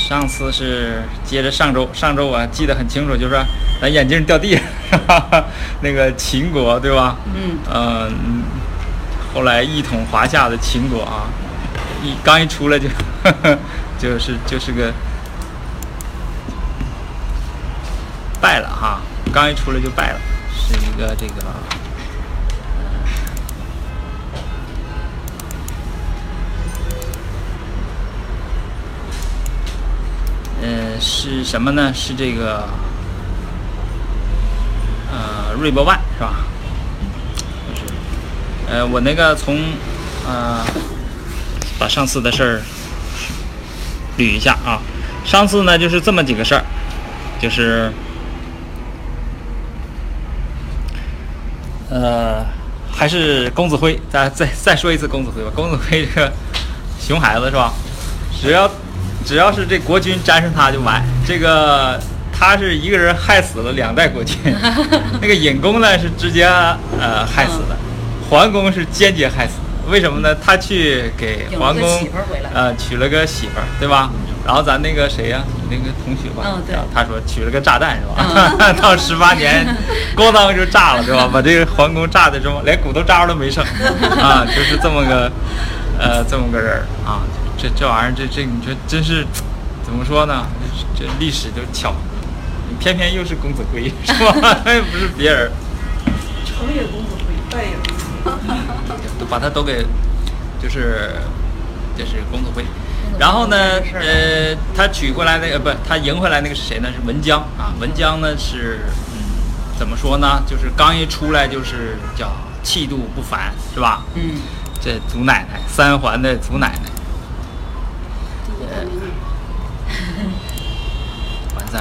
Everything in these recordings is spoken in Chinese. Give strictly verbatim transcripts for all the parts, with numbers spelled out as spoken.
上次是接着上周，上周我记得很清楚，就是说咱眼镜掉地上，那个秦国对吧？ 嗯。 呃，后来一统华夏的秦国啊，一刚一出来就呵呵就是就是个败了哈，刚一出来就败了，是一个这个。呃，是什么呢？是这个，呃，瑞波万是吧？就是，呃，我那个从，呃，把上次的事儿捋一下啊。上次呢就是这么几个事儿，就是，呃，还是公子辉，再再再说一次公子辉吧。公子辉这个熊孩子是吧？只要。只要是这国君沾上他就完，这个他是一个人害死了两代国君，那个尹公呢是直接呃害死的，桓公是间接害死的。为什么呢？他去给桓公呃娶了个媳妇儿，对吧？然后咱那个谁呀、啊，那个同学吧， 嗯、对， 他说娶了个炸弹是吧？嗯、到十八年，咣当就炸了，对吧？把这个桓公炸的什么连骨头渣都没剩啊，就是这么个呃这么个人啊。这这玩意儿，这这你说真是怎么说呢？这历史就巧，偏偏又是公子辉，是吧？也不是别人。 成也公子辉，败也公子辉， 都把他都给，就是这是公子辉。然后呢，呃，他娶过来那个不，他赢回来那个是谁呢？是文姜啊。文姜呢是嗯，怎么说呢？就是刚一出来就是叫气度不凡，是吧？ 嗯。 这祖奶奶，三环的祖奶奶。环三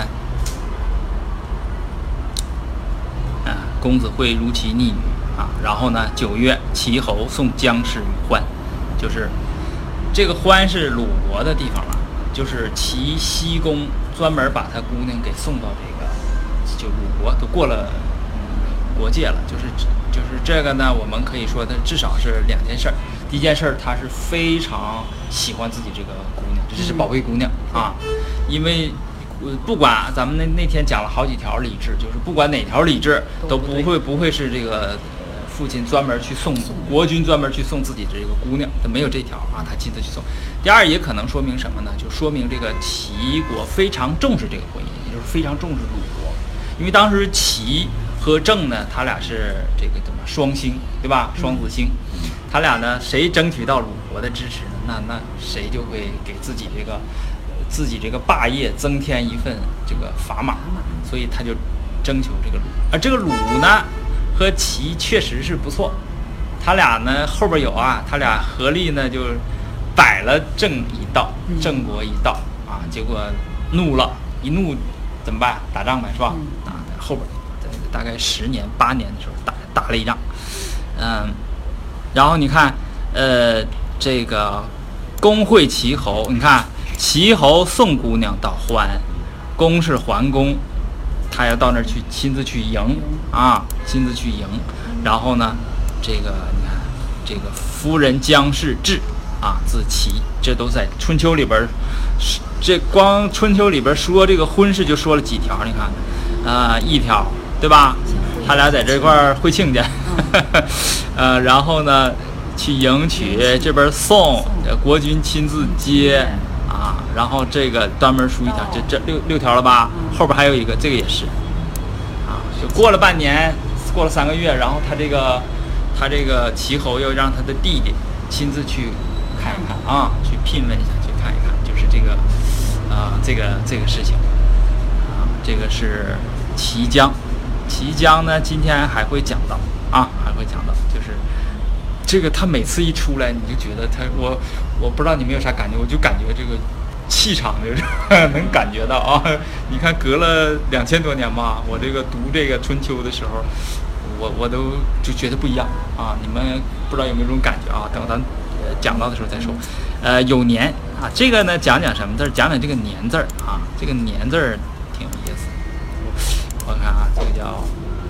啊，公子惠如其逆女啊。然后呢，九月，齐侯送姜氏于欢，就是这个欢是鲁国的地方了，就是齐僖公专门把他姑娘给送到这个，就鲁国都过了、嗯、国界了，就是就是这个呢，我们可以说它至少是两件事儿。第一件事儿，他是非常喜欢自己这个姑娘，这是宝贝姑娘、嗯、啊，因为不管咱们那那天讲了好几条礼制，就是不管哪条礼制都不会不会是这个父亲专门去送国君专门去送自己这个姑娘，他没有这条啊，他亲自去送。第二，也可能说明什么呢？就说明这个齐国非常重视这个婚姻，也就是非常重视鲁国，因为当时齐和郑呢，他俩是这个怎么双星，对吧？双子星。他俩呢，谁争取到鲁国的支持呢？那那谁就会给自己这个自己这个霸业增添一份这个砝码，所以他就征求这个鲁。而这个鲁呢和齐确实是不错，他俩呢后边有啊，他俩合力呢就摆了郑一道，郑国一道啊，结果怒了，一怒怎么办？打仗呗，是吧？啊，后边大概十年八年的时候打打了一仗，嗯。然后你看，呃，这个公会齐侯，你看齐侯送姑娘到欢，公是桓公，他要到那儿去亲自去迎啊，亲自去迎。然后呢，这个你看，这个夫人姜氏至啊，自齐，这都在春秋里边，这光春秋里边说这个婚事就说了几条，你看，啊、呃，一条，对吧？他俩在这块儿会亲家。呃，然后呢，去迎娶，这边送，国君亲自接啊，然后这个专门书一条，这这六六条了吧？后边还有一个，这个也是，啊，就过了半年，过了三个月，然后他这个他这个齐侯又让他的弟弟亲自去看一看啊，去聘问一下，去看一看，就是这个啊、呃，这个这个事情啊，这个是齐姜，齐姜呢，今天还会讲到。啊，还会讲到，就是这个他每次一出来，你就觉得他我我不知道你们有啥感觉，我就感觉这个气场就是能感觉到啊。你看隔了两千多年嘛，我这个读这个春秋的时候，我我都就觉得不一样啊。你们不知道有没有这种感觉啊？等咱讲到的时候再说。呃，有年啊，这个呢讲讲什么字？讲讲这个年字儿啊，这个年字儿挺有意思。我看啊，这个叫。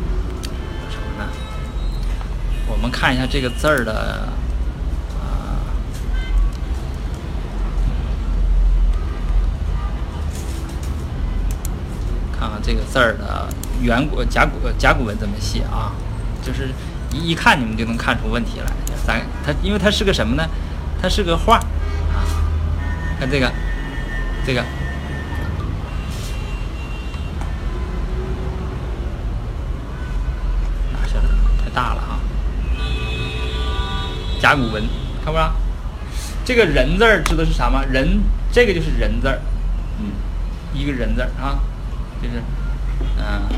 我们看一下这个字儿的，啊、 看看这个字儿的原古甲骨甲骨文怎么写啊？就是一一看你们就能看出问题来。咱它因为它是个什么呢？它是个画啊。看这个，这个。哪去了？太大了哈。甲骨文，看不着？这个人字儿知道是啥吗？人，这个就是人字儿，嗯，一个人字儿啊，就是，嗯、呃，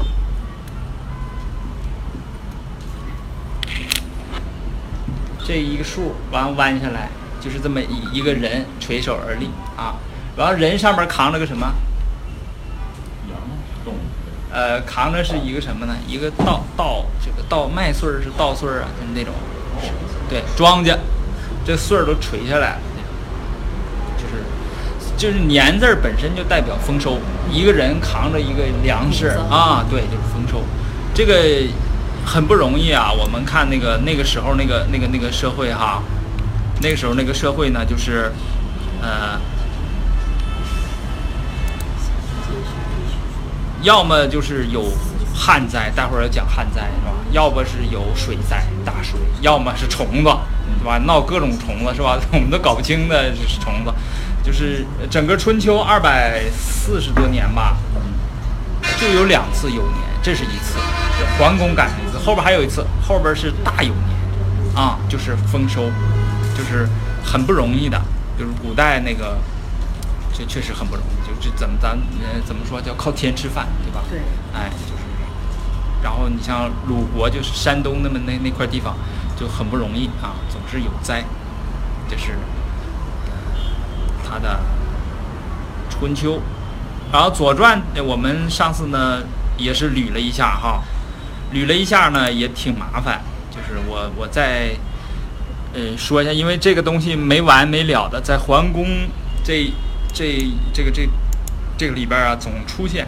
这一个竖完弯下来，就是这么一一个人垂手而立啊。然后人上面扛着个什么？ 羊动物。 呃，扛着是一个什么呢？一个稻稻，这个稻麦穗儿是稻穗儿啊，就是那种，对，庄稼。这穗儿都垂下来了，就是就是年字儿本身就代表丰收，一个人扛着一个粮食啊，对，就是丰收，这个很不容易啊。我们看那个那个时候那个那个那个社会哈，那个时候那个社会呢，就是呃，要么就是有旱灾，待会儿要讲旱灾是吧？要不是有水灾大水，要么是虫子。对吧？闹各种虫子是吧？我们都搞不清的就是虫子，就是整个春秋二百四十多年吧，就有两次酉年，这是一次，桓公赶上一次，后边还有一次，后边是大酉年，啊，就是丰收，就是很不容易的，就是古代那个，这确实很不容易，就这怎么咱呃怎么说叫靠天吃饭，对吧？ 对， 哎，就是，然后你像鲁国，就是山东那么那那块地方。就很不容易啊，总是有灾，这是他的春秋。然后左传我们上次呢也是捋了一下哈，捋了一下呢也挺麻烦，就是我我再呃说一下，因为这个东西没完没了的，在桓公这这这个这这个里边啊总出现，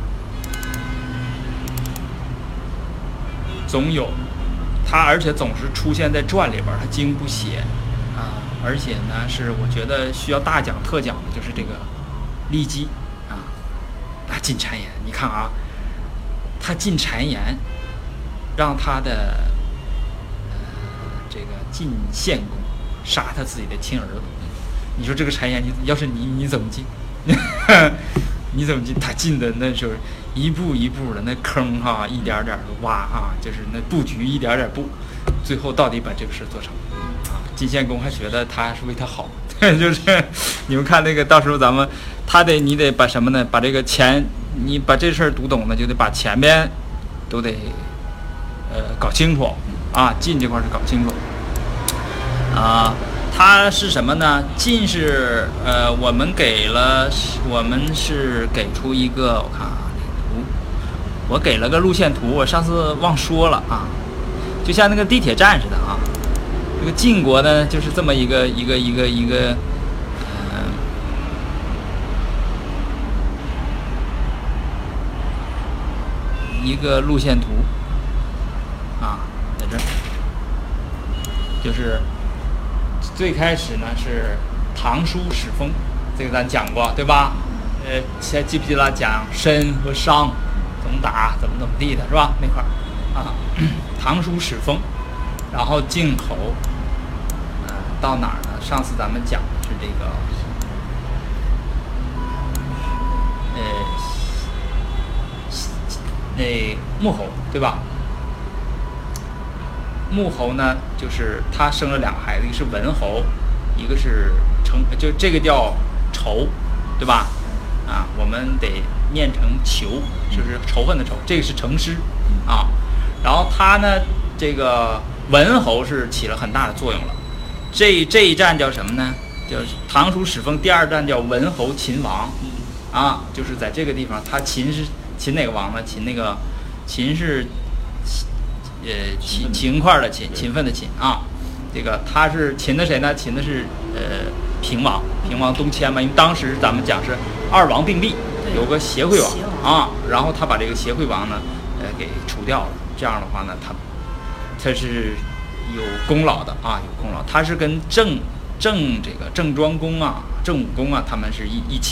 总有。它而且总是出现在传里边，它经不写啊，而且呢是我觉得需要大讲特讲的，就是这个骊姬啊，啊进谗言，你看啊，他进谗言，让他的呃这个晋献公杀他自己的亲儿子，你说这个谗言，你要是你你怎么进？你怎么进？他进的那时候一步一步的那坑哈、啊，一点点的挖啊，就是那布局一点点布，最后到底把这个事做成啊。晋献公还觉得他是为他好，就是你们看那个到时候咱们他得你得把什么呢？把这个前你把这事儿读懂了，就得把前边都得呃搞清楚啊，晋这块是搞清楚啊。它是什么呢？晋是呃，我们给了，我们是给出一个，我看啊，这个图，我给了个路线图，我上次忘说了啊，就像那个地铁站似的啊。这个晋国呢，就是这么一个一个一个一个，呃，一个路线图啊，在这儿，就是。最开始呢是唐叔史封，这个咱讲过对吧？呃，还记不记得讲申和商怎么打，怎么怎么地的是吧？那块儿啊，唐叔史封，然后晋侯，呃，到哪儿呢？上次咱们讲的是这个，呃，那穆侯对吧？穆侯呢，就是他生了两个孩子，一个是文侯，一个是成，就这个叫仇，对吧？啊，我们得念成囚，就是仇恨的仇，这个是成师啊。然后他呢，这个文侯是起了很大的作用了。这这一战叫什么呢？叫唐叔史封。第二战叫文侯秦王，啊，就是在这个地方，他秦是秦哪个王呢？秦那个秦是。呃，勤勤快的勤，勤奋的勤啊，这个他是秦的谁呢？秦的是呃平王，平王东迁嘛，因为当时咱们讲是二王并立，有个协会王啊，然后他把这个协会王呢，呃给除掉了。这样的话呢，他他是有功劳的啊，有功劳。他是跟郑郑这个郑庄公啊、郑武公啊，他们是一一起的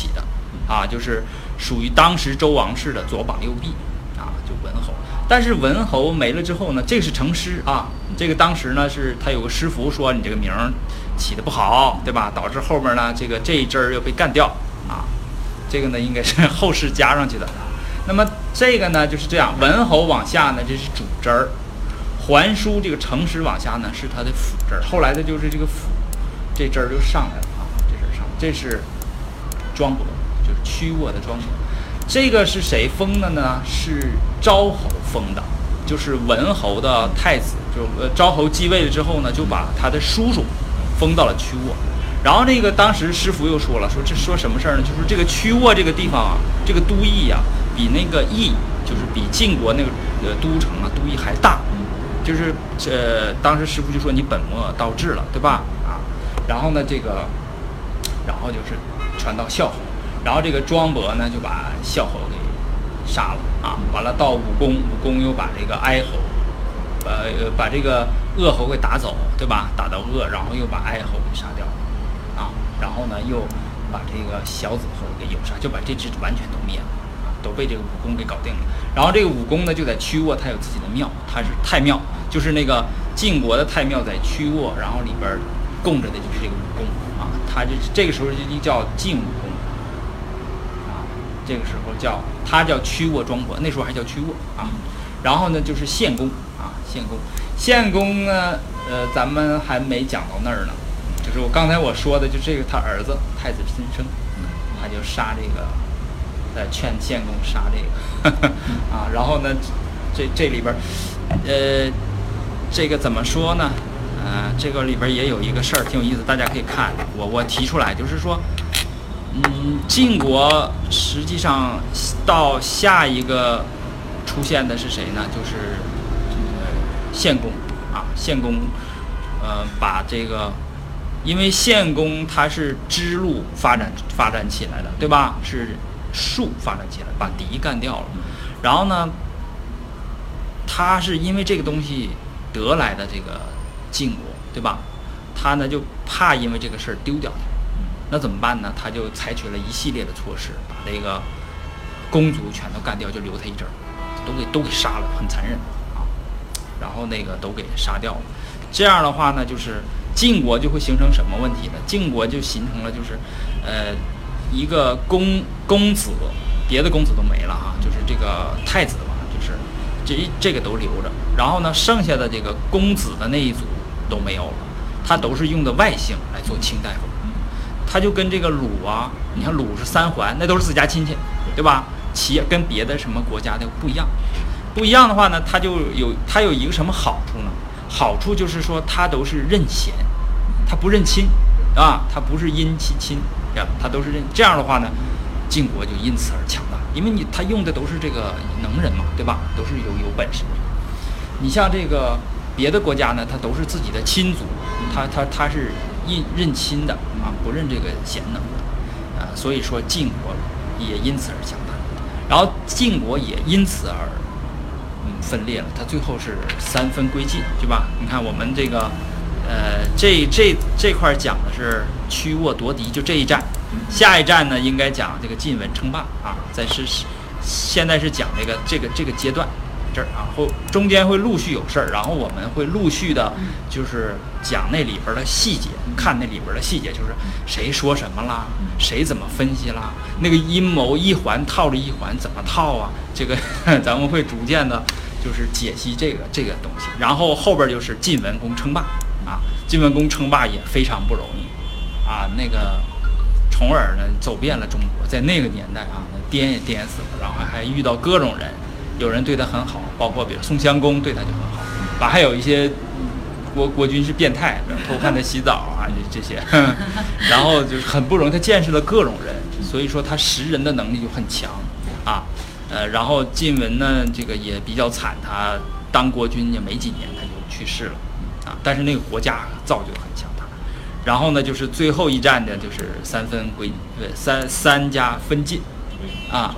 啊，就是属于当时周王室的左膀右臂啊，就文侯。但是文侯没了之后呢，这个是成师啊，这个当时呢是他有个师傅说你这个名起的不好，对吧？导致后面呢这个这一支儿又被干掉啊，这个呢应该是后世加上去的。那么这个呢就是这样，文侯往下呢这是主支儿，桓叔这个成师往下呢是他的辅支儿，后来的就是这个辅这支儿就上来了啊，这支儿上，这是庄伯，就是曲沃的庄伯。这个是谁封的呢？是昭侯封的，就是文侯的太子，就呃昭侯继位了之后呢，就把他的叔叔封到了曲沃。然后那个当时师傅又说了，说这说什么事儿呢？就是这个曲沃这个地方啊，这个都邑呀、啊，比那个邑，就是比晋国那个呃都城啊，都邑还大。就是呃，当时师傅就说你本末倒置了，对吧？啊，然后呢，这个，然后就是传到孝侯。然后这个庄伯呢，就把孝侯给杀了啊！完了到武公，武公又把这个哀侯，呃，把这个鄂侯给打走，对吧？打到鄂，然后又把哀侯给杀掉了啊！然后呢，又把这个小子侯给诱杀，就把这支完全都灭了啊，都被这个武公给搞定了。然后这个武公呢，就在曲沃，他有自己的庙，他是太庙，就是那个晋国的太庙在曲沃，然后里边供着的就是这个武公啊，他就这个时候就叫晋武公。这个时候叫他叫曲沃庄伯，那时候还叫曲沃啊。然后呢，就是献公啊，献公，献公呢，呃，咱们还没讲到那儿呢。就是我刚才我说的，就这个他儿子太子申生，他就杀这个，呃，劝献公杀这个呵呵啊。然后呢，这这里边，呃，这个怎么说呢？呃，这个里边也有一个事儿挺有意思，大家可以看。我我提出来，就是说。嗯，晋国实际上到下一个出现的是谁呢？就是呃献公啊，献公，呃，把这个，因为献公他是支路发展发展起来的，对吧？是术发展起来，把敌干掉了。然后呢，他是因为这个东西得来的这个晋国，对吧？他呢就怕因为这个事儿丢掉他。那怎么办呢？他就采取了一系列的措施，把这个公族全都干掉，就留他一阵儿，都给都给杀了，很残忍啊。然后那个都给杀掉了。这样的话呢，就是晋国就会形成什么问题呢？晋国就形成了就是，呃，一个公公子，别的公子都没了哈，就是这个太子嘛，就是这这个都留着。然后呢，剩下的这个公子的那一组都没有了，他都是用的外姓来做卿大夫。他就跟这个鲁啊，你看鲁是三桓，那都是自家亲戚，对吧？其跟别的什么国家的不一样，不一样的话呢，他就有他有一个什么好处呢？好处就是说他都是认贤，他不认亲啊，他不是因其亲，这样他都是认。这样的话呢，晋国就因此而强大，因为你他用的都是这个能人嘛，对吧？都是有有本事的。你像这个别的国家呢，他都是自己的亲族，他他他是。认认亲的啊，不认这个贤能的，啊，所以说晋国也因此而强大，然后晋国也因此而嗯分裂了，它最后是三分归晋，对吧？你看我们这个呃这这这块讲的是曲沃夺嫡，就这一战，下一站呢应该讲这个晋文称霸啊，在是现在是讲这个这个这个阶段。这儿啊，后中间会陆续有事儿，然后我们会陆续的，就是讲那里边的细节，看那里边的细节，就是谁说什么啦，谁怎么分析啦，那个阴谋一环套着一环怎么套啊？这个咱们会逐渐的，就是解析这个这个东西。然后后边就是晋文公称霸啊，晋文公称霸也非常不容易啊。那个重耳呢，走遍了中国，在那个年代啊，颠也颠死了，然后还遇到各种人。有人对他很好，包括比如宋襄公对他就很好，啊，还有一些国国君是变态，偷看他洗澡啊，这这些，然后就是很不容易，他见识了各种人，所以说他识人的能力就很强啊，呃，然后晋文呢，这个也比较惨，他当国君也没几年他就去世了啊，但是那个国家造就很强大，然后呢，就是最后一战的就是三分归，对，三三家分晋啊。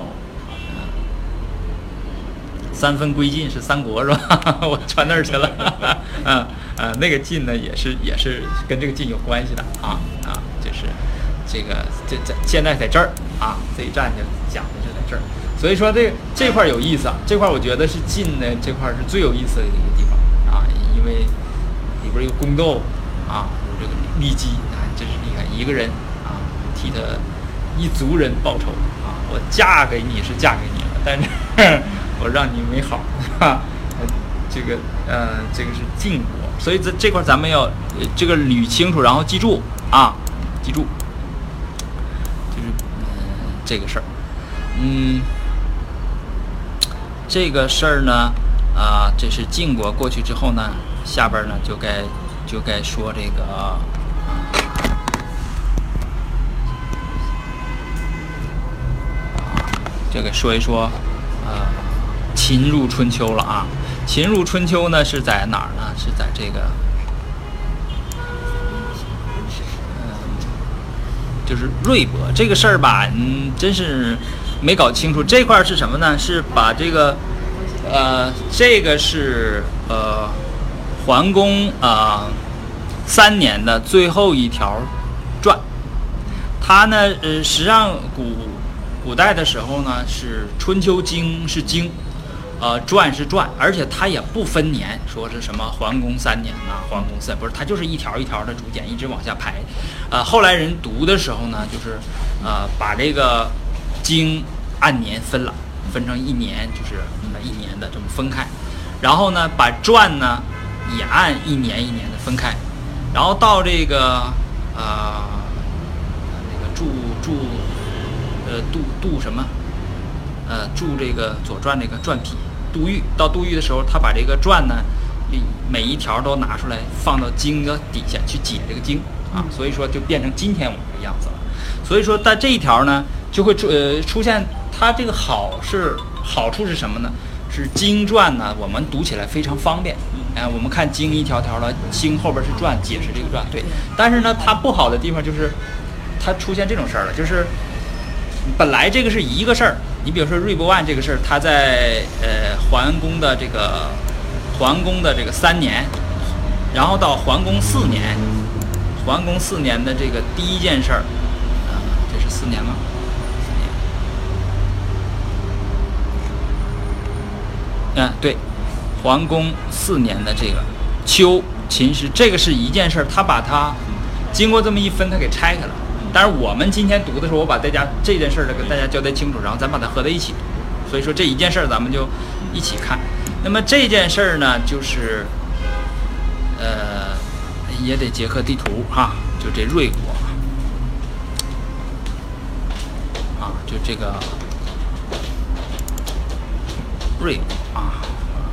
三分归晋是三国是吧？我传那儿去了，嗯呃，那个晋呢也是也是跟这个晋有关系的啊啊，就是这个这这现在在这儿啊，这一站就讲的是在这儿。所以说这这块有意思啊，这块我觉得是晋的这块是最有意思的一个地方啊，因为里边有宫斗啊，有这个骊姬啊，真是厉害，一个人啊替他一族人报仇啊，我嫁给你是嫁给你了，但是我让你没好啊，这个呃这个是晋国，所以这这块咱们要这个捋清楚，然后记住啊，记住，就是嗯、呃、这个事儿，嗯。这个事儿呢，啊、呃，这是晋国过去之后呢，下边呢就该就该说这个，啊、这个说一说，呃，秦入春秋了啊。秦入春秋呢是在哪儿呢？是在这个，嗯，就是芮伯这个事儿吧，嗯，真是。没搞清楚这块是什么呢？是把这个，呃，这个是呃，桓公啊、呃、三年的最后一条传。它呢，呃，实际上古古代的时候呢，是春秋经是经，呃，传是传，而且它也不分年，说是什么桓公三年啊，桓公三不是，它就是一条一条的竹简一直往下排。呃，后来人读的时候呢，就是呃，把这个。经按年分了，分成一年，就是一年的这么分开，然后呢，把传呢也按一年一年的分开，然后到这个呃那个注注呃杜杜什么呃注这个左传这个传体杜预，到杜预的时候，他把这个传呢每一条都拿出来放到经的底下去解这个经啊，所以说就变成今天我们这个样子了。所以说在这一条呢。就会出呃出现它这个好是好处是什么呢？是经传呢，我们读起来非常方便。哎、呃，我们看经一条条的，经后边是传，解释这个传。对，但是呢，它不好的地方就是它出现这种事儿了，就是本来这个是一个事儿，你比如说芮伯万这个事儿，他在呃桓公的这个桓公的这个三年，然后到桓公四年，桓公四年的这个第一件事儿，啊、呃，这是四年吗？嗯，对，桓公四年的这个秋秦时，这个是一件事儿，他把它经过这么一分，他给拆开了。但是我们今天读的时候，我把大家这件事儿跟大家交代清楚，然后咱把它合在一起读。所以说这一件事儿咱们就一起看。那么这件事儿呢，就是呃也得结合地图哈，就这芮国啊，就这个芮国。啊，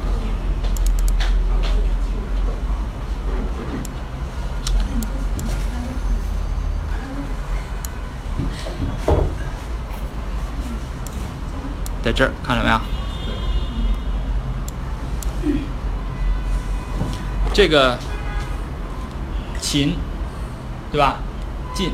在这儿看到没有？这个秦，对吧？晋，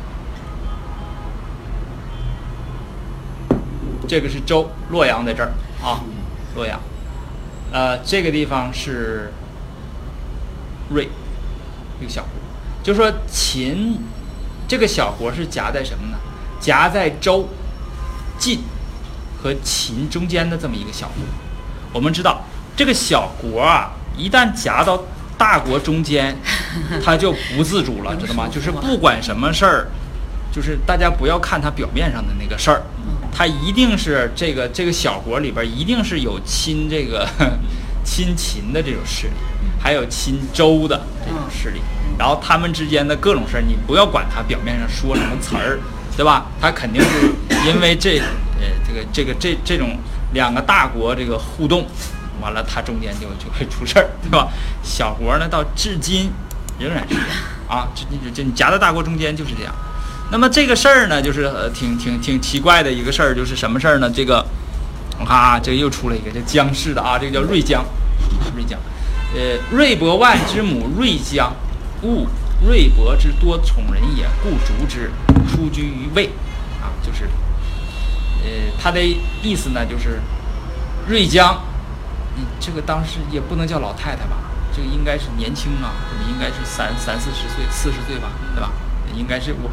这个是周，洛阳在这儿啊。洛阳，呃，这个地方是芮，一个小国，就说秦这个小国是夹在什么呢？夹在周、晋和秦中间的这么一个小国。我们知道这个小国啊，一旦夹到大国中间，它就不自主了，知道吗？就是不管什么事儿，就是大家不要看它表面上的那个事儿。它一定是这个这个小国里边一定是有亲这个亲秦的这种势力，还有亲周的这种势力，然后他们之间的各种事儿，你不要管他表面上说什么词儿，对吧？他肯定是因为这呃这个这个这这种两个大国这个互动，完了它中间就就会出事儿，对吧？小国呢到至今仍然是这样啊，至今就你夹在大国中间就是这样。那么这个事儿呢，就是呃挺挺挺奇怪的一个事儿，就是什么事儿呢？这个啊，这个又出了一个叫姜氏的啊，这个叫芮姜，芮姜，呃，芮伯万之母芮姜，勿芮伯之多宠人也，故逐之，出居于魏，啊，就是，呃，他的意思呢，就是芮姜，嗯，这个当时也不能叫老太太吧，这个应该是年轻啊，这个应该是三三四十岁、四十岁吧，对吧？应该是我。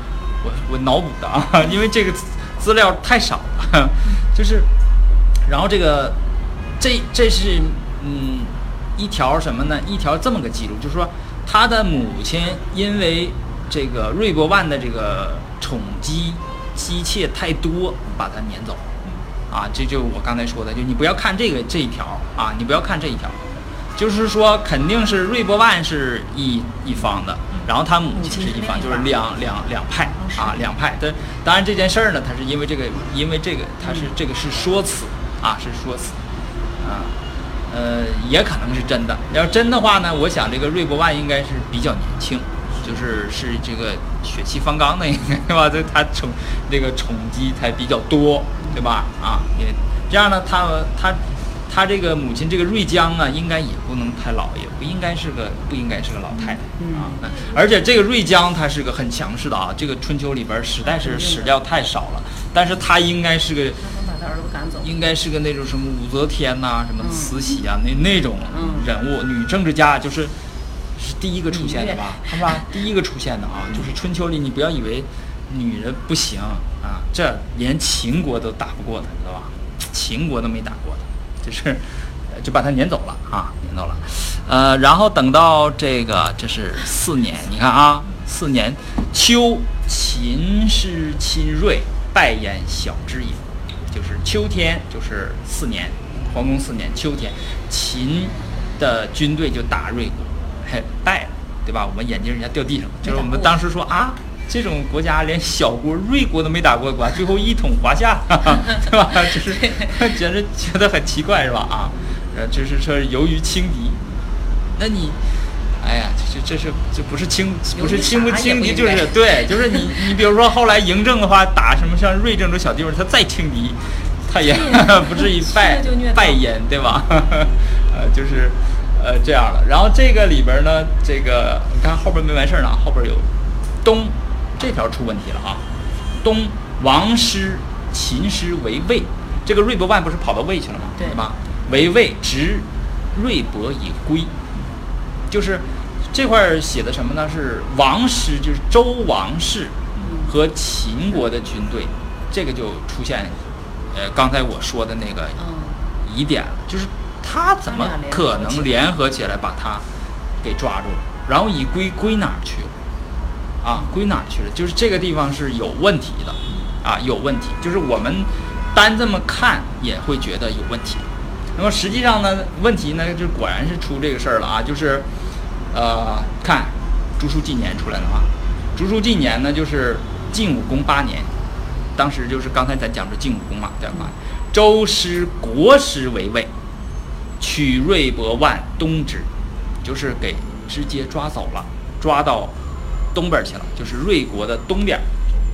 我我脑补的啊，因为这个资料太少了，就是，然后这个这这是嗯一条什么呢？一条这么个记录，就是说他的母亲因为这个瑞伯万的这个宠姬姬妾太多，把他撵走。啊，这就我刚才说的，就你不要看这个这一条啊，你不要看这一条，就是说肯定是瑞伯万是一一方的，然后他母亲是一方，就是两两两派啊，两派。但当然这件事儿呢，它是因为这个，因为这个它是这个是说辞啊，是说辞啊，呃，也可能是真的。要真的话呢，我想这个瑞伯万应该是比较年轻。就是是这个血气方刚的，应该对吧？这他宠这个宠姬才比较多，对吧？啊，也这样呢，他他他这个母亲这个瑞江啊，应该也不能太老，也不应该是个不应该是个老太太啊。而且这个瑞江她是个很强势的啊，这个春秋里边实在是史料太少了，但是她应该是个应该是个那种什么武则天呐、啊，什么慈禧啊，那那种人物，女政治家，就是。是第一个出现的吧，是吧？第一个出现的啊，就是春秋里，你不要以为女人不行啊，这连秦国都打不过他，知道吧？秦国都没打过他，就是就把他撵走了啊，撵走了。呃，然后等到这个这是四年，你看啊，四年秋，秦师亲锐，败焉小之也，就是秋天，就是四年，黄公四年秋天，秦的军队就打瑞国。败了，对吧？我们眼睛人家掉地上了，就是我们当时说啊，这种国家连小国瑞国都没打过的国家，最后一统华夏，对吧？就是觉得觉得很奇怪，是吧？啊，呃，就是说由于轻敌，那你，哎呀，这这是这不是轻不是轻不轻敌，就是对，就是你你比如说后来嬴政的话，打什么像瑞这种小地方，他再轻敌，他也不至于败败焉，对吧？呃，就是。呃，这样了，然后这个里边呢，这个你看后边没完事呢，后边有东这条出问题了啊。东王师秦师为魏，这个瑞伯万不是跑到魏去了吗？对吧？为魏执瑞伯以归，就是这块写的什么呢？是王师，就是周王室和秦国的军队，这个就出现呃刚才我说的那个疑点了，就是。他怎么可能联合起来把他给抓住了？然后以归归哪儿去了？啊，归哪儿去了？就是这个地方是有问题的，啊，有问题。就是我们单这么看也会觉得有问题。那么实际上呢，问题呢就果然是出这个事儿了啊，就是，呃，看朱书纪年出来了啊。朱书纪年呢就是晋武公八年，当时就是刚才咱讲的晋武公嘛，对吧？周师国师为魏。取瑞伯万东之，就是给直接抓走了，抓到东边去了，就是瑞国的东边。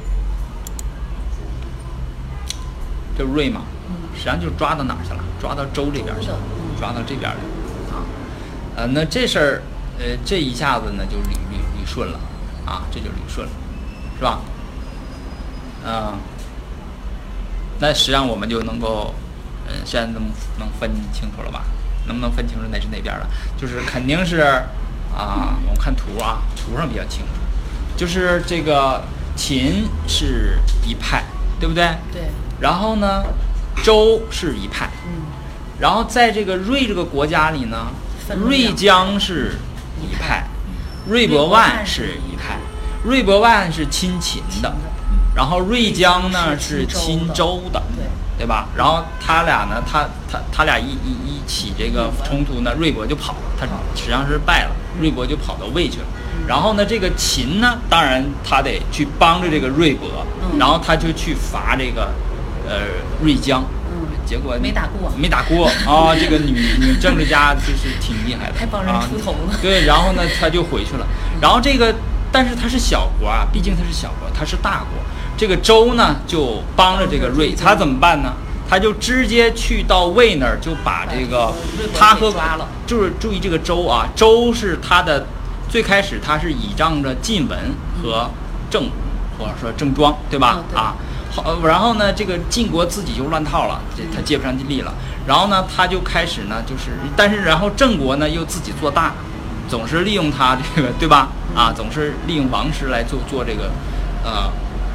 这瑞嘛，实际上就抓到哪儿去了？抓到周这边去了，抓到这边去了啊。呃，那这事儿，呃，这一下子呢就捋捋捋顺了啊，这就捋顺了，是吧？嗯、呃，那实际上我们就能够，呃，现在能能分清楚了吧？能不能分清楚哪是哪边的？就是肯定是啊，我们看图啊，图上比较清楚。就是这个秦是一派，对不对？ 对。 然后呢，周是一派。 嗯。 然后在这个瑞这个国家里呢，瑞江是一派，瑞伯万是一派。瑞伯万是亲秦的，然后瑞江呢是亲周的。对。对吧？然后他俩呢，他他他俩一一一起这个冲突呢，瑞伯就跑了，他实际上是败了，瑞伯就跑到魏去了。然后呢，这个秦呢，当然他得去帮着这个瑞伯，然后他就去伐这个呃瑞江，结果没打过， 没打过啊！这个女女政治家就是挺厉害的， 还帮人出头呢。 对，然后呢，他就回去了。然后这个，但是他是小国啊，毕竟他是小国，他是大国。这个周呢就帮着这个瑞，他怎么办呢？他就直接去到魏那儿，就把这个他和就是注意这个周啊，周是他的最开始他是倚仗着晋文和郑或者说郑庄，对吧？啊，好，然后呢，这个晋国自己就乱套了，这他接不上力了。然后呢，他就开始呢，就是但是然后郑国呢又自己做大，总是利用他这个，对吧？啊，总是利用王师来做做这个，呃。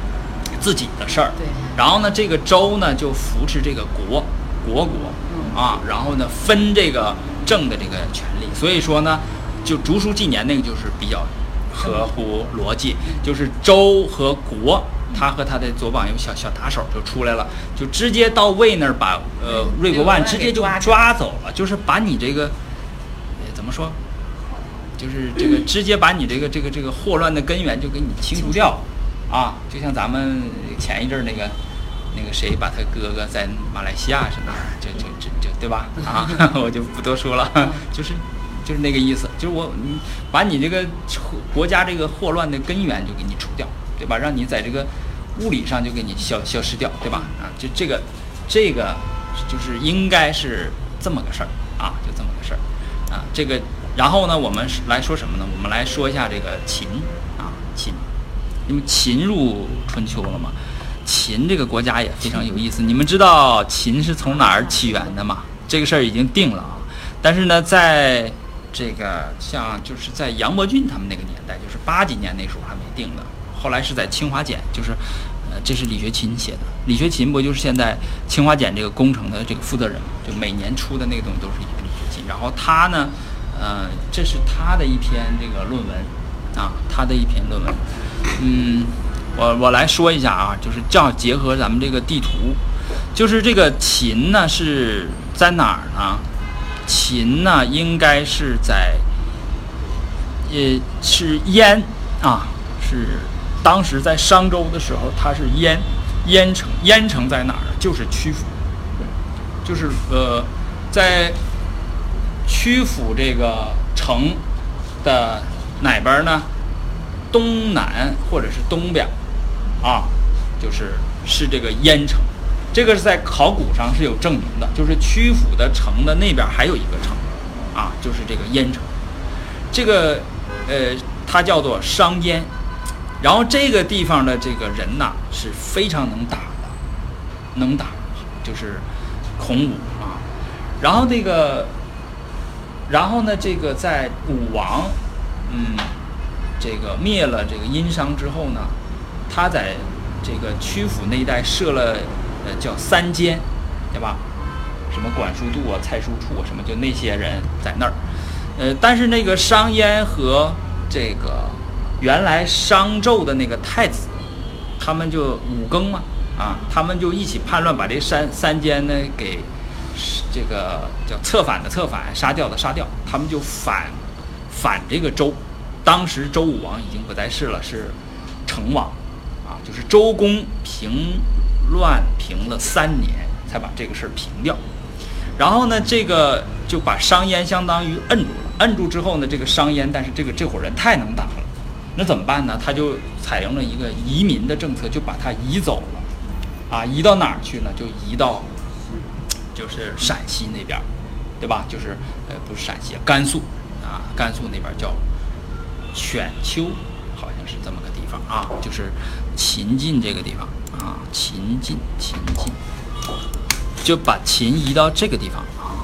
自己的事儿。 对。 然后呢，这个州呢就扶持这个国国国啊，然后呢分这个政的这个权利。所以说呢，就竹书纪年那个就是比较合乎逻辑，就是州和国。他和他的左膀右小小打手就出来了，就直接到魏那儿把呃瑞国万直接就抓走了，就是把你这个呃怎么说，就是这个直接把你这个这个这个祸乱的根源就给你清除掉啊，就像咱们前一阵那个那个谁把他哥哥在马来西亚是哪儿，就就就就对吧？啊，我就不多说了，就是就是那个意思，就是我把你这个国家这个祸乱的根源就给你除掉。对吧？让你在这个物理上就给你消消失掉，对吧？啊，就这个，这个就是应该是这么个事儿啊，就这么个事儿啊。这个，然后呢，我们来说什么呢？我们来说一下这个秦啊，秦，因为秦入春秋了嘛。秦这个国家也非常有意思。你们知道秦是从哪儿起源的吗？这个事儿已经定了啊。但是呢，在这个像就是在杨伯峻他们那个年代，就是八几年那时候还没定的。后来是在清华简，就是，呃，这是李学勤写的。李学勤不就是现在清华简这个工程的这个负责人，就每年出的那个东西都是李学勤。然后他呢，呃，这是他的一篇这个论文，啊，他的一篇论文。嗯，我我来说一下啊，就是这样结合咱们这个地图，就是这个秦呢是在哪儿呢？秦呢应该是在，呃，是燕啊，是。当时在商周的时候，它是燕，燕城，燕城在哪儿？就是曲阜，就是呃，在曲阜这个城的哪边呢？东南或者是东边，啊，就是是这个燕城。这个是在考古上是有证明的，就是曲阜的城的那边还有一个城，啊，就是这个燕城。这个呃，它叫做商燕。然后这个地方的这个人呐是非常能打的，能打，就是孔武啊。然后这个，然后呢，这个在武王，嗯，这个灭了这个殷商之后呢，他在这个曲阜那一带设了呃叫三监，对吧？什么管叔度啊、蔡叔处啊，什么就那些人在那儿。呃，但是那个商燕和这个。原来商纣的那个太子，他们就五更嘛，啊，他们就一起叛乱，把这三三监呢给这个叫策反的策反，杀掉的杀掉，他们就反反这个周。当时周武王已经不在世了，是成王，啊，就是周公平乱平了三年，才把这个事儿平掉。然后呢，这个就把商燕相当于摁住了，摁住之后呢，这个商燕，但是这个这伙人太能打了。那怎么办呢？他就采用了一个移民的政策，就把他移走了，啊，移到哪儿去呢？就移到，就是陕西那边，对吧？就是呃，不是陕西，甘肃啊，甘肃那边叫犬丘，好像是这么个地方啊，就是秦晋这个地方啊，秦晋，秦晋，就把秦移到这个地方啊，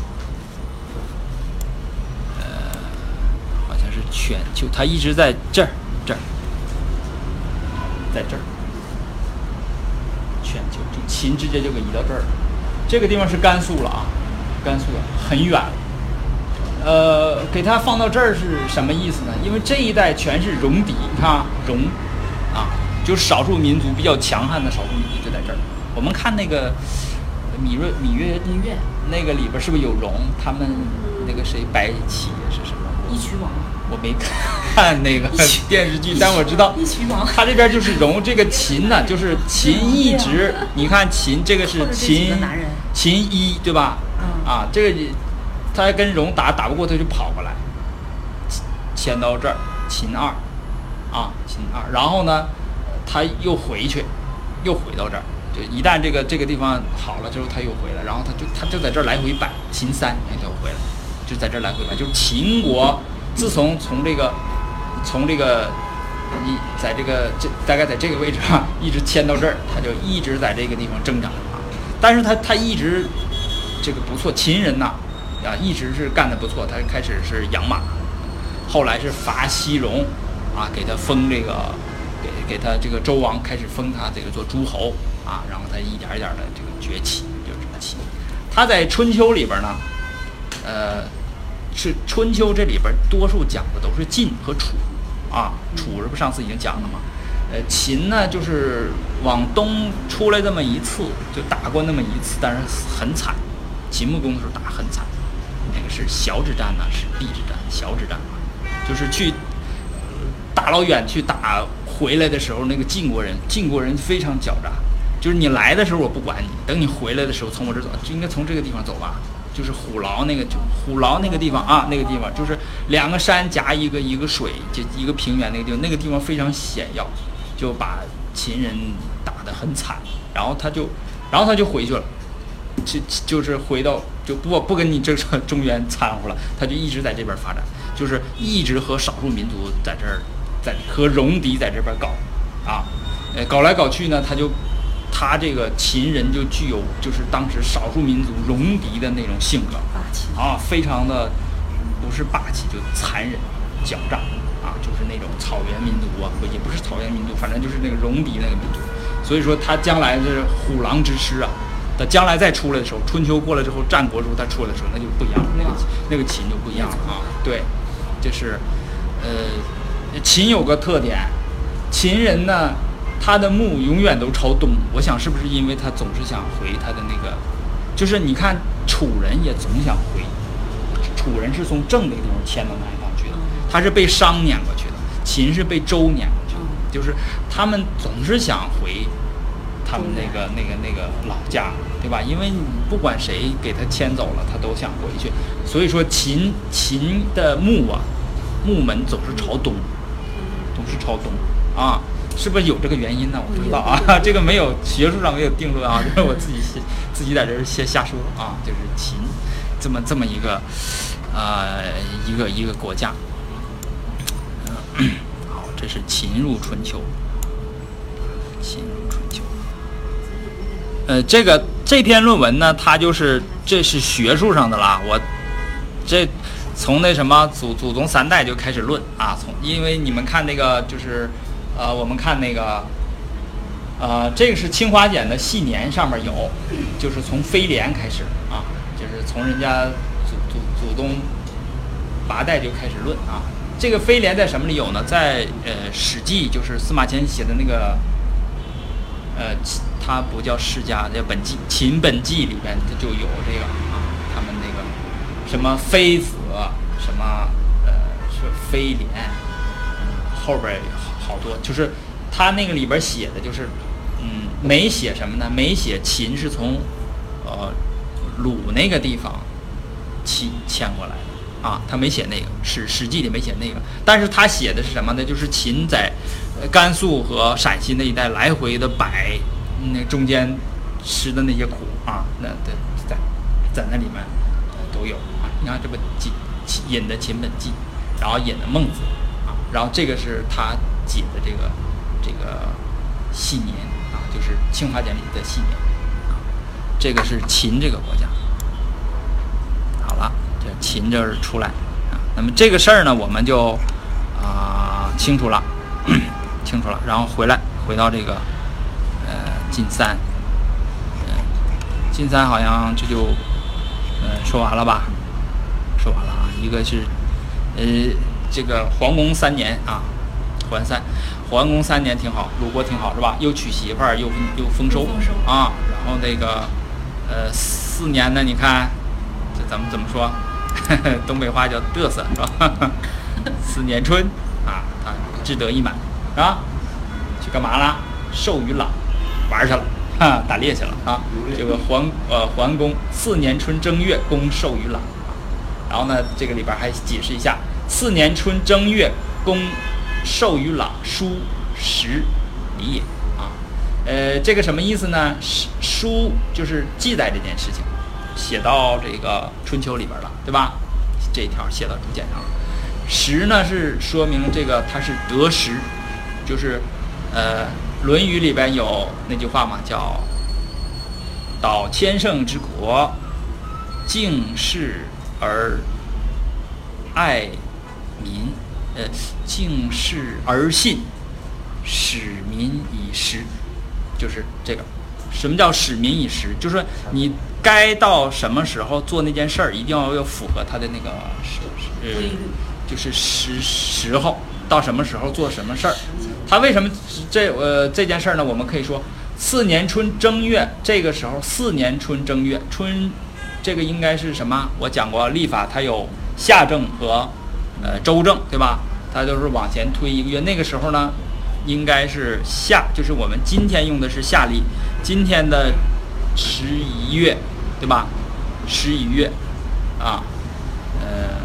呃，好像是犬丘，他一直在这儿。这儿，在这儿，犬丘，就秦直接就给移到这儿了。这个地方是甘肃了啊，甘肃了，很远了。呃，给它放到这儿是什么意思呢？因为这一带全是戎狄，你看啊，戎啊，就是少数民族比较强悍的少数民族就在这儿。我们看那个芈月芈月订阅那个里边是不是有戎？他们那个谁白起是什么？ 义渠王。 我没看那个电视剧，但我知道他这边就是戎。这个秦呢，就是秦一直，你看秦这个是秦秦一对吧？啊，这个他跟戎打打不过，他就跑过来，迁到这儿，秦二，啊，秦二。然后呢，他又回去，又回到这儿。就一旦这个这个地方好了之后，他又回来，然后他就他就在这儿来回摆。秦三，然后他又回来，就在这儿来回摆。就是秦国。自从从这个，从这个，一在这个这大概在这个位置啊，一直迁到这儿，他就一直在这个地方挣扎啊。但是他他一直这个不错，秦人呐啊，一直是干得不错。他开始是养马，后来是伐西戎啊，给他封这个，给给他这个周王开始封他这个做诸侯啊，然后他一点一点的这个崛起，就是这么起。他在春秋里边呢，呃，是春秋这里边多数讲的都是晋和楚啊，楚是不上次已经讲了吗？呃，秦呢就是往东出来这么一次，就打过那么一次，但是很惨。秦穆公的时候打很惨，那个是小之战呢，是邲之战，小之战嘛，就是去大老远去打，回来的时候那个晋国人，晋国人非常狡诈，就是你来的时候我不管你，等你回来的时候从我这走，就应该从这个地方走吧，就是虎牢那个，就虎牢那个地方啊，那个地方就是两个山夹一个一个水，就一个平原那个地方，那个地方非常险要，就把秦人打得很惨，然后他就，然后他就回去了。就就是回到就不不跟你这个中原掺和了，他就一直在这边发展，就是一直和少数民族在这儿，在和戎狄在这边搞，啊，呃，搞来搞去呢，他就他这个秦人就具有就是当时少数民族戎狄的那种性格， 霸气啊，非常的不是霸气就残忍狡诈啊，就是那种草原民族啊，也不是草原民族，反正就是那个戎狄那个民族，所以说他将来是虎狼之师啊。他将来再出来的时候，春秋过了之后，战国时候他出来的时候，那就不一样了，那个那个秦就不一样了啊。对，就是呃，秦有个特点，秦人呢，他的墓永远都朝东。我想是不是因为他总是想回他的那个，就是你看楚人也总想回，楚人是从郑那个地方迁到南方去的，他是被商撵过去的，秦是被周撵过去的，就是他们总是想回。他们那个那个那个老家，对吧？因为你不管谁给他迁走了，他都想回去。所以说秦秦的墓啊，墓门总是朝东，总是朝东啊，是不是有这个原因呢？我不知道啊，这个没有学术上没有定论啊，就是我自己自己在这儿瞎瞎说啊，就是秦这么这么一个呃一个一个国家。嗯、好，这是秦入春秋，秦入春秋。呃，这个这篇论文呢，它就是这是学术上的啦。我这从那什么祖祖宗三代就开始论啊，从因为你们看那个就是呃，我们看那个呃，这个是清华简的系年上面有，就是从飞廉开始啊，就是从人家祖祖祖宗八代就开始论啊。这个飞廉在什么里有呢？在呃《史记》，就是司马迁写的那个呃。它不叫世家，叫本纪，秦本纪里边它就有这个啊，他们那个什么妃子，什么呃是飞廉，后边好多，就是他那个里边写的就是，嗯，没写什么呢？没写秦是从呃鲁那个地方迁迁过来的啊，他没写那个，史史记里没写那个，但是他写的是什么呢？就是秦在甘肃和陕西那一带来回的摆。那中间吃的那些苦啊，那对在在那里面都有啊。你看这个记引的秦本纪，然后引的孟子啊，然后这个是他解的这个这个系年啊，就是清华简里的系年啊。这个是秦这个国家。好了，这秦这是出来啊。那么这个事儿呢，我们就啊、呃、清楚了，清楚了，然后回来回到这个。晋三，嗯，晋三好像这就，呃，说完了吧？说完了啊。一个是，呃，这个桓公三年啊，桓三，桓公三年挺好，鲁国挺好是吧？又娶媳妇儿，又又丰收啊。然后那个，呃，四年呢，你看，这怎么怎么说？东北话叫嘚瑟是吧？四年春啊，他志得意满是吧？去干嘛了？授于朗。玩去了，哈，打猎去了啊！这个桓呃桓公次年春正月，公授于朗。然后呢，这个里边还解释一下，次年春正月，公授于朗，书十礼也啊。呃，这个什么意思呢？书就是记载这件事情，写到这个春秋里边了，对吧？这一条写到竹简上了。十呢是说明这个它是得时，就是呃。《论语》里边有那句话嘛，叫“导千乘之国，敬事而爱民，呃，敬事而信， 使民以时，就是这个。什么叫使民以时？就是说你该到什么时候做那件事儿，一定要要符合它的那个时呃，就是时时候到什么时候做什么事儿。它为什么这呃这件事儿呢？我们可以说四年春正月这个时候，四年春正月春，这个应该是什么？我讲过历法，它有夏正和呃周正，对吧？它就是往前推一个月。那个时候呢，应该是夏，就是我们今天用的是夏历，今天的十一月，对吧？十一月，啊，呃，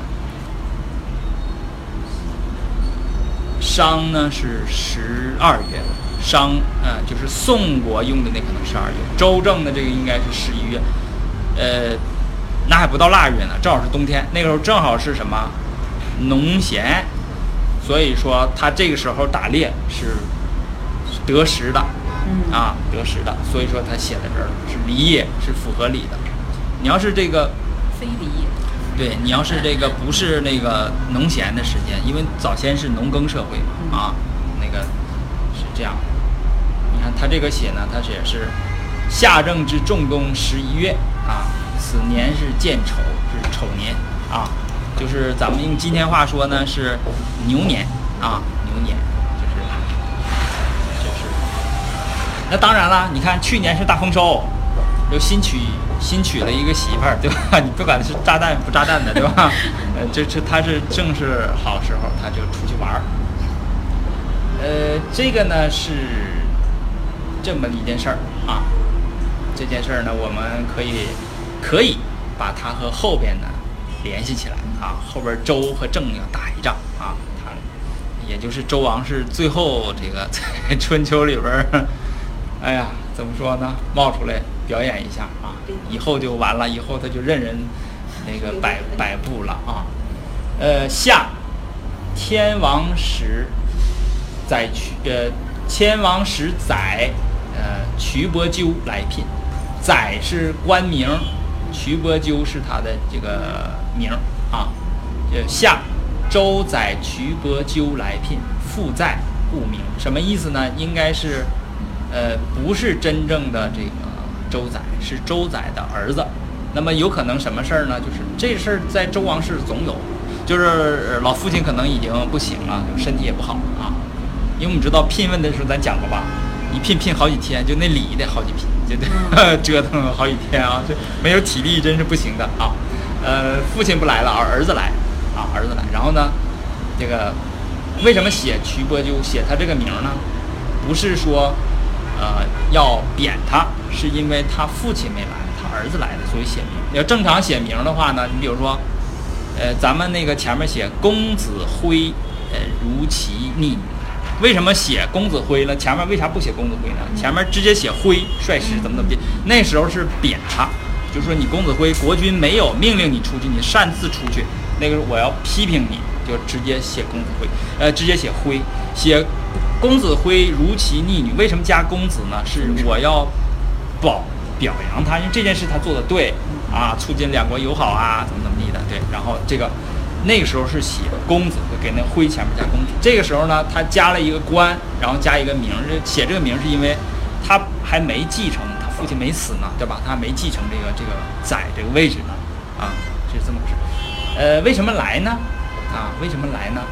商呢是十二月，商呃就是宋国用的那可能十二月，周正的这个应该是十一月，呃，那还不到腊月呢，正好是冬天，那个时候正好是什么农闲。所以说他这个时候打猎是得时的，啊，得时的，所以说他写在这儿了，是离业，是符合理的。你要是这个非离业， 对你要是这个不是那个农闲的时间，因为早先是农耕社会嘛，啊，那个是这样。你看他这个写呢，他写是夏正之仲冬十一月啊，此年是建丑，是丑年啊。就是咱们用今天话说呢，是牛年啊，牛年，就是就是。那当然了，你看去年是大丰收，又新娶新娶了一个媳妇儿，对吧？你不管是炸弹不炸弹的，对吧？呃，这这他是正是好时候，他就出去玩儿。呃，这个呢是这么一件事儿啊。这件事儿呢，我们可以可以把它和后边呢联系起来啊，后边周和郑要打一仗啊，他也就是周王室最后这个在春秋里边，哎呀，怎么说呢？冒出来表演一下啊，以后就完了，以后他就任人那个摆摆布了啊。呃，夏天王时载渠呃，天王时载呃瞿伯鸠来聘，载是官名，瞿伯鸠是他的这个名啊。呃，夏周载瞿伯鸠来聘，父载故名，什么意思呢？应该是呃不是真正的这个周载，是周载的儿子。那么有可能什么事儿呢？就是这事儿在周王室总有，就是老父亲可能已经不行了，身体也不好啊。因为我们知道聘问的时候咱讲过吧，一聘聘好几天，就那礼得好几聘，就得折腾好几天啊，就没有体力真是不行的啊。呃，父亲不来了，儿子来啊，儿子来。然后呢，这个为什么写瞿伯鸠，写他这个名呢？不是说呃要贬他，是因为他父亲没来，他儿子来的，所以写名。要正常写名的话呢，你比如说，呃，咱们那个前面写公子辉，呃，如其逆女。为什么写公子辉呢？前面为啥不写公子辉呢？前面直接写辉帅师怎么怎么地？那时候是贬他，就是说你公子辉，国君没有命令你出去，你擅自出去，那个我要批评你，就直接写公子辉，呃，直接写辉，写公子辉如其逆女。为什么加公子呢？是我要保表扬他，因为这件事他做的对啊，促进两国友好啊，怎么怎么地的，对。然后这个。那个时候是写公子，给那徽前面加公子。这个时候呢，他加了一个官，然后加一个名。写这个名是因为他还没继承，他父亲没死呢，对吧？他还没继承这个这个宰这个位置呢，啊，是这么回事。呃，为什么来呢？啊，为什么来呢？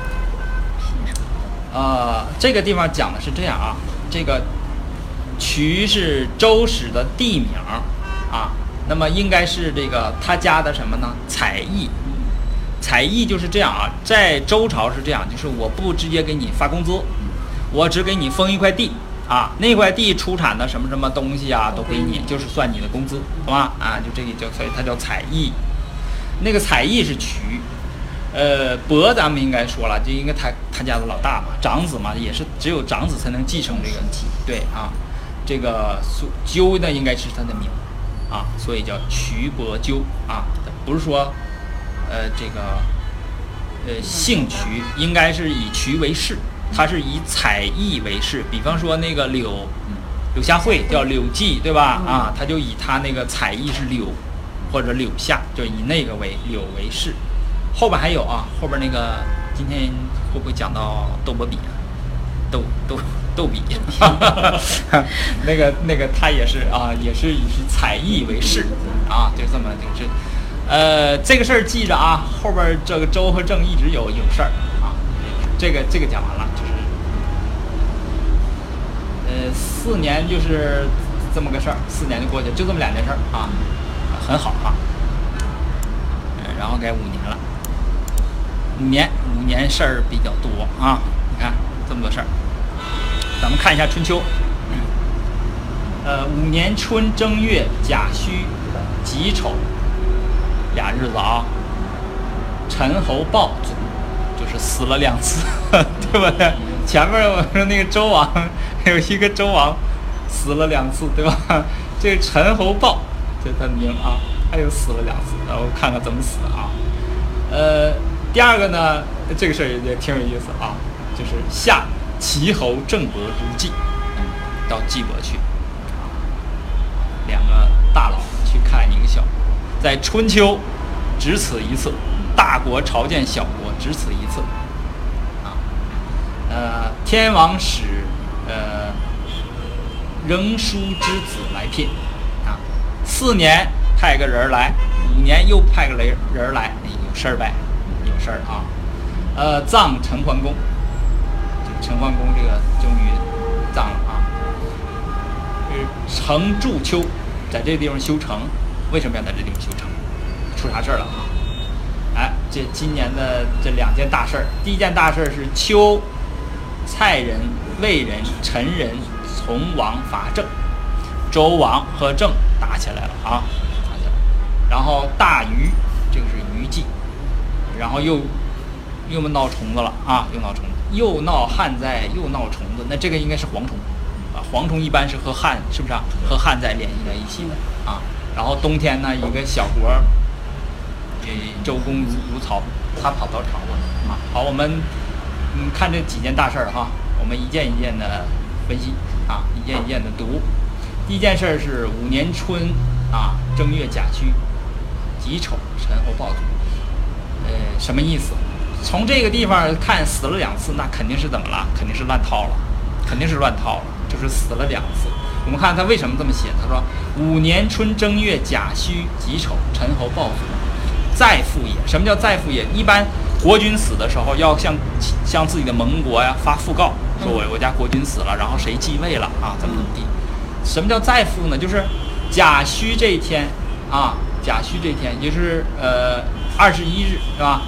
呃，这个地方讲的是这样啊，这个瞿是周史的地名啊，那么应该是这个他家的什么呢？采邑。采邑就是这样啊，在周朝是这样，就是我不直接给你发工资，我只给你封一块地啊，那块地出产的什么什么东西啊都给你，就是算你的工资，懂吗？啊，就这个叫，所以它叫采邑。那个采邑是瞿，呃，伯咱们应该说了，就应该他他家的老大嘛，长子嘛，也是只有长子才能继承这个地，对啊，这个鸠呢应该是他的名啊，所以叫瞿伯鸠啊，不是说。呃，这个呃，姓瞿应该是以瞿为氏，他是以采邑为氏。比方说那个柳，柳下惠叫柳记，对吧？啊，他就以他那个采邑是柳，或者柳下，就以那个为柳为氏。后边还有啊，后边那个今天会不会讲到窦伯比啊？ 逗逗逗比，那个那个他也是啊，也是以采邑为事啊，就这么就是，呃，这个事儿记着啊，后边这个周和郑一直有有事儿啊，这个这个讲完了，就是呃四年就是这么个事儿，四年就过去，就这么两件事儿啊，很好哈、啊，呃，然后该五年了。五年，五年事儿比较多啊！你看这么多事儿，咱们看一下春秋。呃，五年春正月甲戌己丑俩日子啊，陈侯暴卒，就是死了两次，对不对？前面我说那个周王有一个周王死了两次，对吧？这个陈侯暴，这他名啊，他又死了两次，然后看看怎么死啊？呃。第二个呢，这个事儿也挺有意思啊，就是下齐侯郑伯如稷，到稷伯去，两个大佬去看一个小国，在春秋只此一次，大国朝见小国只此一次，啊，呃，天王使呃仍书之子来聘，啊，四年派个人来，五年又派个人人来，有事儿呗。有事儿啊，呃，葬陈桓公，这个陈桓公这个终于葬了啊。呃，城筑丘，在这个地方修城，为什么要在这地方修城？出啥事儿了啊？哎，这今年的这两件大事儿，第一件大事儿是丘，蔡人、魏人、陈人从王伐郑，周王和郑打起来了啊，打起来，然后大虞，这个是虞姬。然后又又闹虫子了啊，又闹虫子，又闹旱灾，又闹虫子。那这个应该是蝗虫啊，蝗虫一般是和旱，是不是啊？和旱灾联系在一起的啊。然后冬天呢，一个小国，呃，周公如如草，他跑到朝了啊。好，我们嗯看这几件大事儿哈，我们一件一件的分析啊，一件一件的读。第一件事是五年春啊，正月甲戌己丑，陈侯暴卒。呃，什么意思？从这个地方看，死了两次，那肯定是怎么了？肯定是乱套了，肯定是乱套了，就是死了两次。我们看他为什么这么写？他说：“五年春正月甲戌己丑，陈侯暴卒，再复也。”什么叫再复也？一般国君死的时候，要向向自己的盟国呀发讣告，说我我家国君死了，然后谁继位了啊？怎么怎么地？什么叫再复呢？就是甲戌这一天啊，甲戌这一天，也就是呃。二十一日是吧？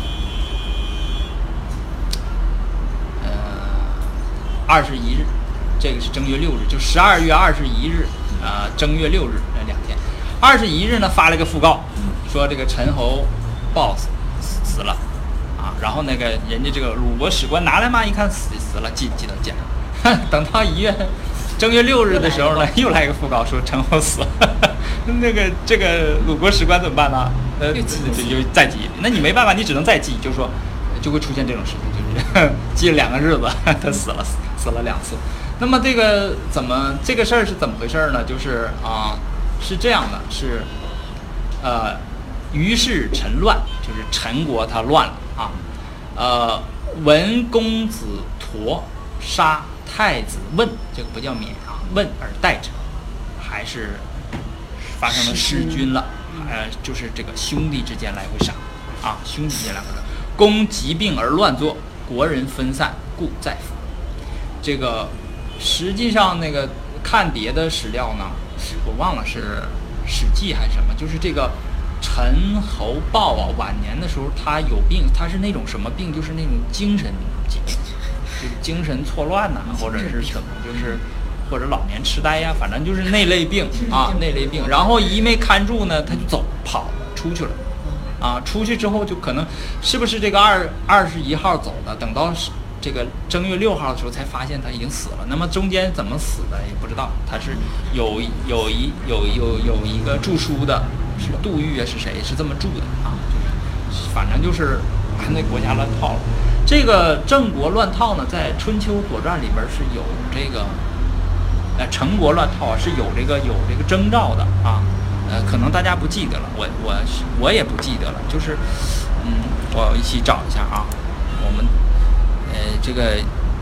呃，二十一日，这个是正月六日，就十二月二十一日，呃，正月六日那两天。二十一日呢，发了个讣告，说这个陈侯暴死死了，啊，然后那个人家这个鲁国史官拿来嘛，一看死死了，记记到见上。等到一月正月六日的时候呢，又来一个讣告说陈侯死了。那个这个鲁国史官怎么办呢？呃，就就再记，那你没办法，你只能再记，就是说就会出现这种事情，就是记了两个日子，他死了，死了两次。那么这个怎么这个事儿是怎么回事呢？就是啊、呃，是这样的，是呃，于是陈乱，就是陈国他乱了啊。呃，文公子佗杀太子问，这个不叫免啊，问而代者，还是发生了弑君了。呃，就是这个兄弟之间来回杀，啊，兄弟之间来回杀。公疾病而乱作，国人分散，故再复。这个实际上那个看别的史料呢，我忘了是《史记》还是什么，就是这个陈侯豹啊，晚年的时候他有病，他是那种什么病？就是那种精神疾病，就是精神错乱呐、啊，或者是什么，就是或者老年痴呆呀、啊，反正就是那类病啊，那类病。然后一没看住呢，他就走跑了，出去了，啊，出去之后就可能是不是这个二二十一号走的，等到这个正月六号的时候才发现他已经死了。那么中间怎么死的也不知道，他是有有一有有有一个著书的，是杜预啊，是谁是这么著的啊？就是反正就是把那国家乱套了。这个郑国乱套呢，在春秋左传里边是有这个，呃，陈国乱套啊是有这个有这个征兆的啊。呃，可能大家不记得了，我我我也不记得了，就是，嗯，我一起找一下啊，我们，呃，这个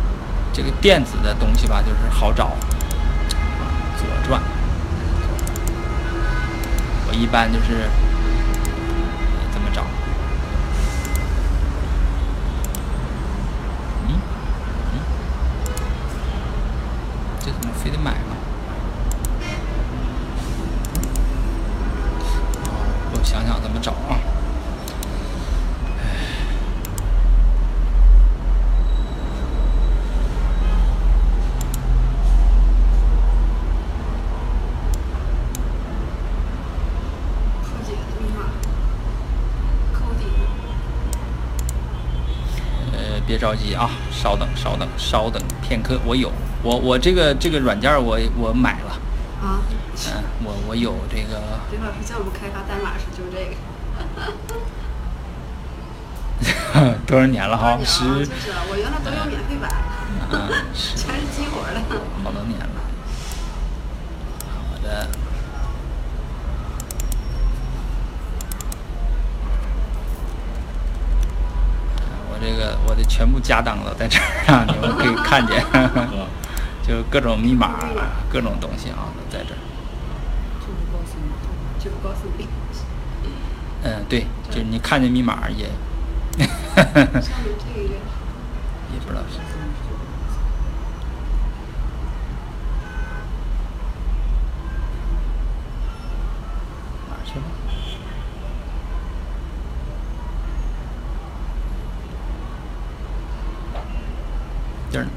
这个电子的东西吧，就是好找。左转，我一般就是这么找。嗯嗯，这怎么非得买呢？哦，我想想怎么找啊。别着急啊，稍等，稍等，稍等片刻。我有，我我这个这个软件我我买了啊， 嗯，我我有这个。 对吧？像我们开发代码是就是这个。多少年了哈？十。 就是我原来都有免费版。啊，全是激活的。 好多年了。我的。这个我的全部家当都在这儿啊，你们可以看见，就各种密码、各种东西啊，都在这儿。 就不告诉你，就不告诉你。 嗯，对，就是你看见密码也。 上面这个也不知道是。哪儿去了？这儿呢。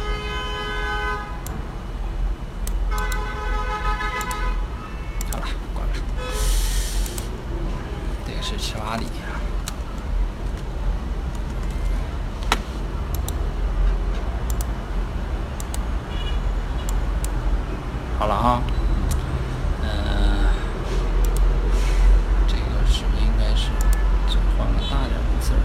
好了，挂了。这个是吃瓦里。好了哈，嗯、呃，这个是应该是再换个大点的字儿。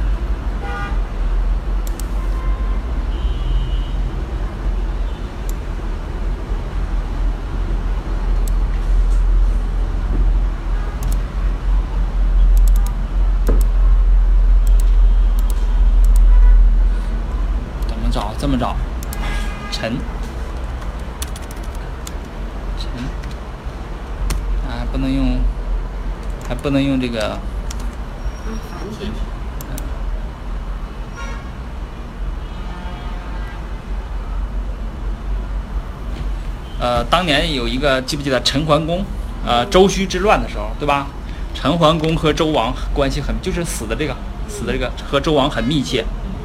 找这么找，陈，陈，啊，不能用，还不能用这个， 嗯，繁体， 呃，当年有一个记不记得陈桓公，呃，周须之乱的时候，对吧？陈桓公和周王关系很，就是死的这个，死的这个和周王很密切。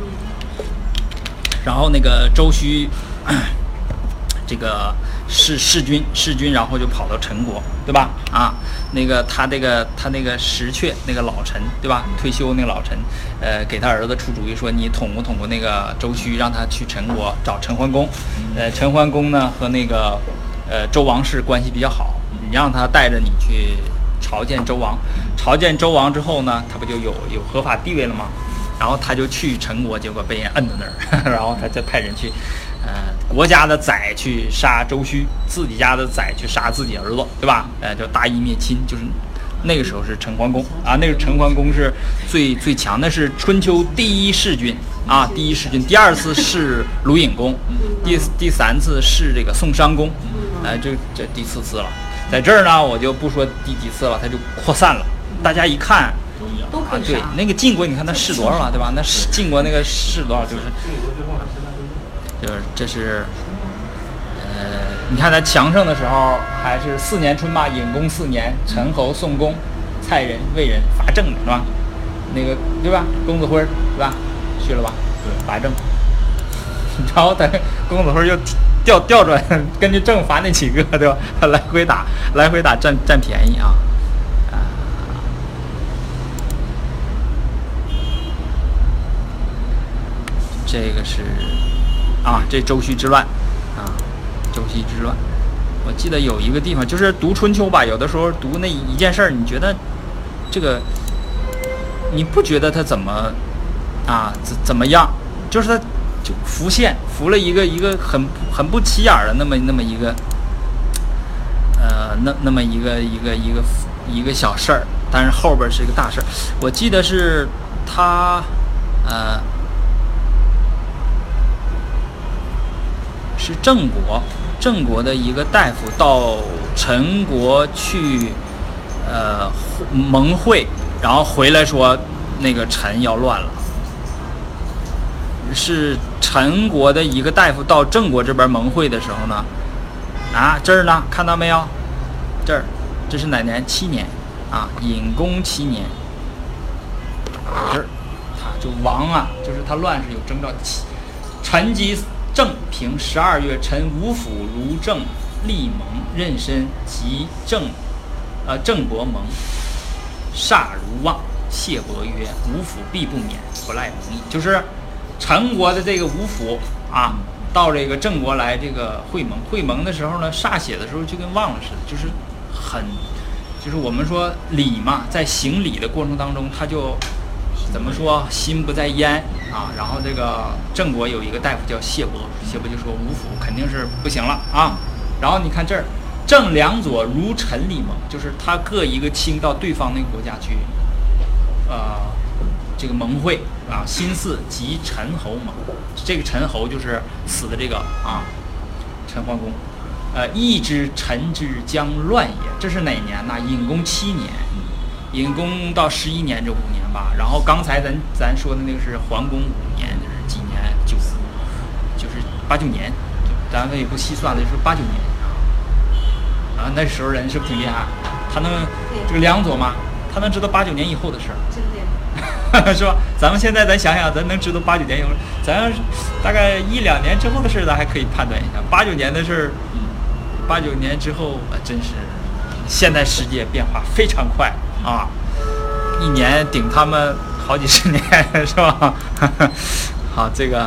然后那个周须，这个弑弑君，弑君，然后就跑到陈国，对吧？啊，那个他这个他那个石阙那个老臣，对吧？退休那个老臣，呃，给他儿子出主意说，你捅不捅过那个周须，让他去陈国找陈桓公。呃，陈桓公呢和那个呃周王室关系比较好，你让他带着你去朝见周王。朝见周王之后呢，他不就有有合法地位了吗？然后他就去陈国，结果被人摁在那儿，然后他再派人去，呃，国家的宰去杀周须，自己家的宰去杀自己儿子，对吧？呃，叫大义灭亲，就是那个时候是陈桓公啊，那个陈桓公是最最强的，是春秋第一弑君啊，第一弑君，第二次是鲁隐公，第第三次是这个宋襄公，呃，这这第四次了，在这儿呢，我就不说第几次了，他就扩散了，大家一看。啊，对，那个晋国，你看他试多少了，对吧？那是晋国那个试多少，就是，就是这是，呃，你看他强盛的时候还是四年春嘛，隐公四年，陈侯、宋公、蔡人、魏人伐郑是吧？那个对吧？公子辉对吧？去了吧？对，伐郑。然后他公子辉又调调转，根据郑伐那几个对吧？他来回打，来回打占占便宜啊。这个是啊，这周须之乱啊，周须之乱。我记得有一个地方，就是读春秋吧，有的时候读那一件事儿，你觉得这个你不觉得他怎么啊怎怎么样？就是他就浮现浮了一个一个很很不起眼的那么那么一个呃那那么一个一个一个一个小事儿，但是后边是一个大事儿。我记得是他呃。 是郑国，郑国的一个大夫到陈国去，呃，盟会，然后回来说那个陈要乱了。是陈国的一个大夫到郑国这边盟会的时候呢，啊，这儿呢看到没有？这儿，这是哪年？七年啊，隐公七年。这儿，他就王啊，就是他乱是有征兆。陈即正平十二月，陈吴府如郑立盟，壬申即郑，呃郑伯盟，煞如旺。谢伯曰：“吴府必不免，不赖盟议。”就是陈国的这个吴府啊，到这个郑国来这个会盟，会盟的时候呢，歃血的时候就跟忘了似的，就是很，就是我们说礼嘛，在行礼的过程当中，他就怎么说心不在焉啊。然后这个郑国有一个大夫叫谢伯，谢伯就说吴府肯定是不行了啊。然后你看这儿，郑两左如陈立盟，就是他各一个卿到对方那个国家去，呃。这个盟会啊，新巳即陈侯盟，这个陈侯就是死的这个啊，陈桓公，呃，义之陈之将乱也。这是哪年呢？隐公七年，隐公到十一年这五年吧。然后刚才咱咱说的那个是桓公五年，这是几年？九四，就是八九年，咱们也不细算了，就是八九年啊。那时候人是不是挺厉害？他能这个梁左嘛，他能知道八九年以后的事儿。是吧？咱们现在咱想想，咱能知道八九年以后，咱要是大概一两年之后的事，咱还可以判断一下。八九年的事，八九年之后，呃，真是现代世界变化非常快啊！一年顶他们好几十年，是吧？好，这个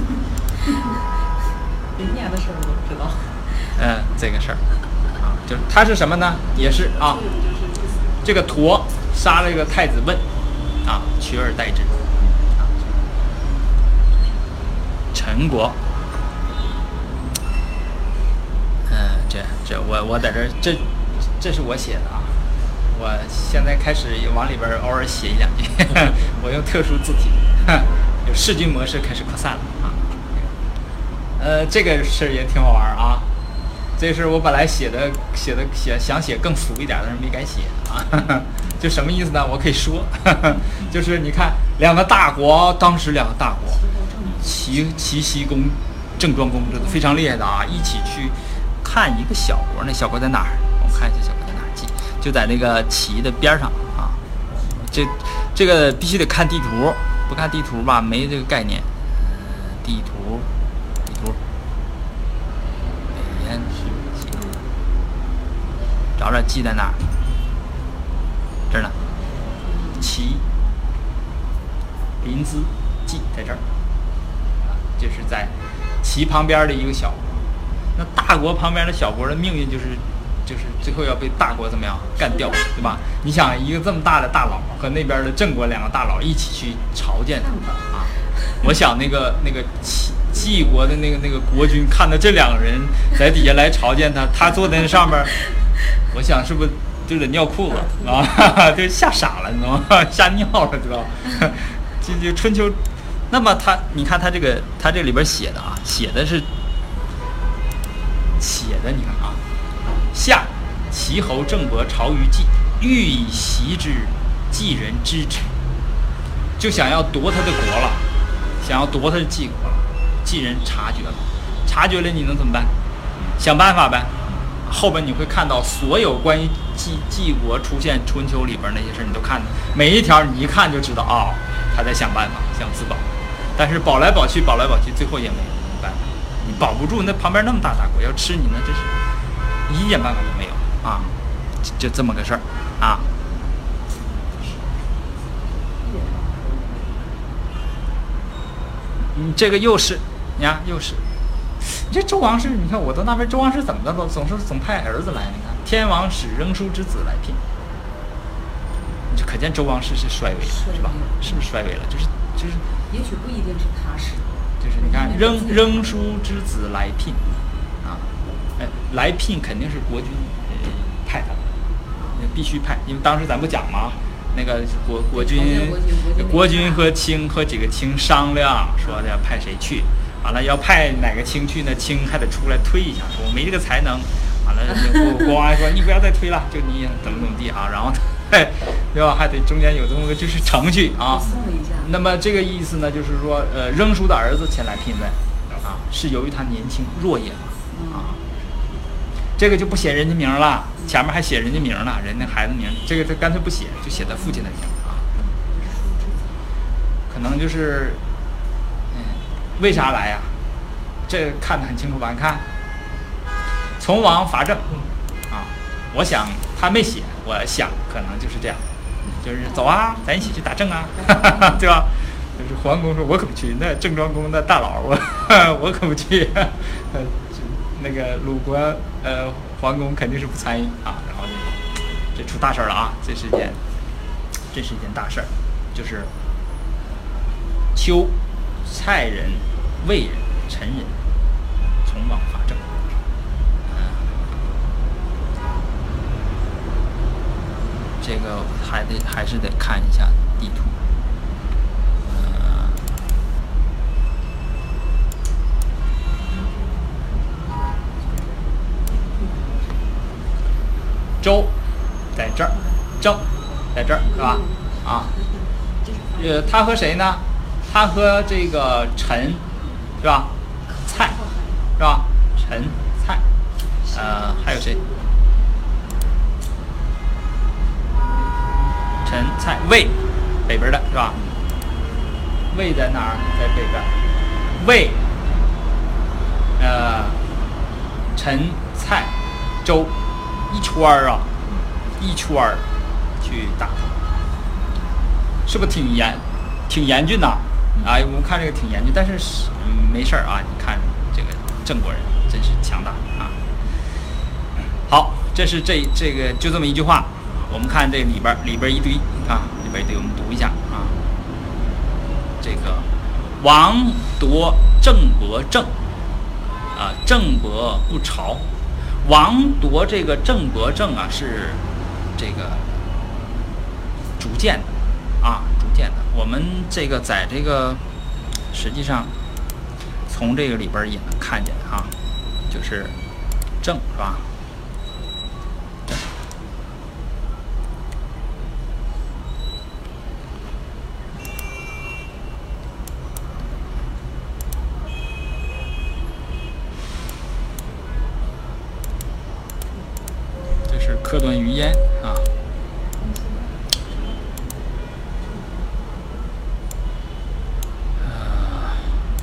明年的事儿我都不知道。 嗯，这个事儿啊，就他是什么呢？也是啊，这个陀杀了一个太子问。啊，取而代之。啊，陈国，嗯、呃，这这我我在这这这是我写的啊，我现在开始往里边偶尔写一两句，我用特殊字体，有视君模式开始扩散了啊。呃，这个事儿也挺好玩啊。这是我本来写的写的写想写更俗一点，但是没敢写啊。就什么意思呢？我可以说，呵呵就是你看两个大国，当时两个大国，齐齐僖公、郑庄公，这都非常厉害的啊，一起去看一个小国。那小国在哪儿？我们看一下小国在哪儿？就在那个齐的边上啊。这这个必须得看地图，不看地图吧，没这个概念。地图，地图，北燕是齐，找找记在哪儿？这儿呢，齐临淄冀在这儿，啊，就是在齐旁边的一个小国。那大国旁边的小国的命运就是，就是最后要被大国怎么样干掉，对吧？你想一个这么大的大佬和那边的郑国两个大佬一起去朝见他啊，我想那个那个齐冀国的那个那个国君看到这两个人在底下来朝见他，他坐在那上面，我想是不是？就得尿裤子啊，就吓傻了，你知道吗？吓尿了，知道吗？这就春秋，那么他，你看他这个，他这里边写的啊，写的是写的，你看啊，夏齐侯郑伯朝于冀，欲以袭之，冀人知之，就想要夺他的国了，想要夺他的冀国了，冀人察觉了，察觉了你能怎么办？想办法呗。后边你会看到所有关于冀冀国出现春秋里边那些事，你都看，每一条你一看就知道啊、哦，他在想办法想自保，但是保来保去保来保去，最后也没有办法，你保不住，那旁边那么大大国要吃你呢，这是一点办法都没有啊，就这么个事儿啊。嗯，这个又是，你看又是。这周王室，你看我都纳闷，周王室怎么的了？总是总派儿子来。你看，天王使扔书之子来聘，就可见周王室是衰微了，是吧？是不是衰微了？就是就是， 也许不一定是他是， 就是你看扔扔书之子来聘，啊，哎，来聘肯定是国君呃派他，必须派，因为当时咱不讲吗？那个国国君国君和卿和几个卿商量说要派谁去。 完了要派哪个卿去呢？卿还得出来推一下，说我没这个才能。完了，国国王还说你不要再推了，就你怎么怎么地啊？然后，对吧？还得中间有这么个就是程序啊。那么这个意思呢，就是说，呃，扔叔的儿子前来聘问，啊，是由于他年轻弱也嘛，啊，这个就不写人家名了，前面还写人家名呢，人家孩子名，这个他干脆不写，就写他父亲的名啊。可能就是，嗯，为啥来呀？这看得很清楚吧？你看。从王伐郑，啊，我想他没写，我想可能就是这样，就是走啊，咱一起去打郑啊，对吧？就是桓公说，我可不去，那郑庄公那大佬，我我可不去，呃，那个鲁国呃桓公肯定是不参与啊，然后这这出大事了啊，这是一件这是一件大事儿，就是丘、蔡人、魏人、陈人从王伐郑。这个还得还是得看一下地图，呃，周在这儿，郑在这儿是吧？啊，呃，他和谁呢？他和这个陈是吧？蔡是吧？陈蔡，呃，还有谁？陈蔡魏，北边的是吧？魏在哪儿？在北边。魏，呃，陈蔡周，一圈儿啊，一圈儿去打他，是不是挺严，挺严峻呐？啊，我们看这个挺严峻，但是嗯没事儿啊。你看这个郑国人真是强大啊。好，这是这这个就这么一句话。我们看这里边里边一堆啊，里边一堆，我们读一下啊。这个王夺郑伯政啊，郑伯不朝。王夺这个郑伯政啊，是这个逐渐的啊，逐渐的。我们这个在这个实际上从这个里边也能看见啊，就是郑是吧？克端于焉啊，呃，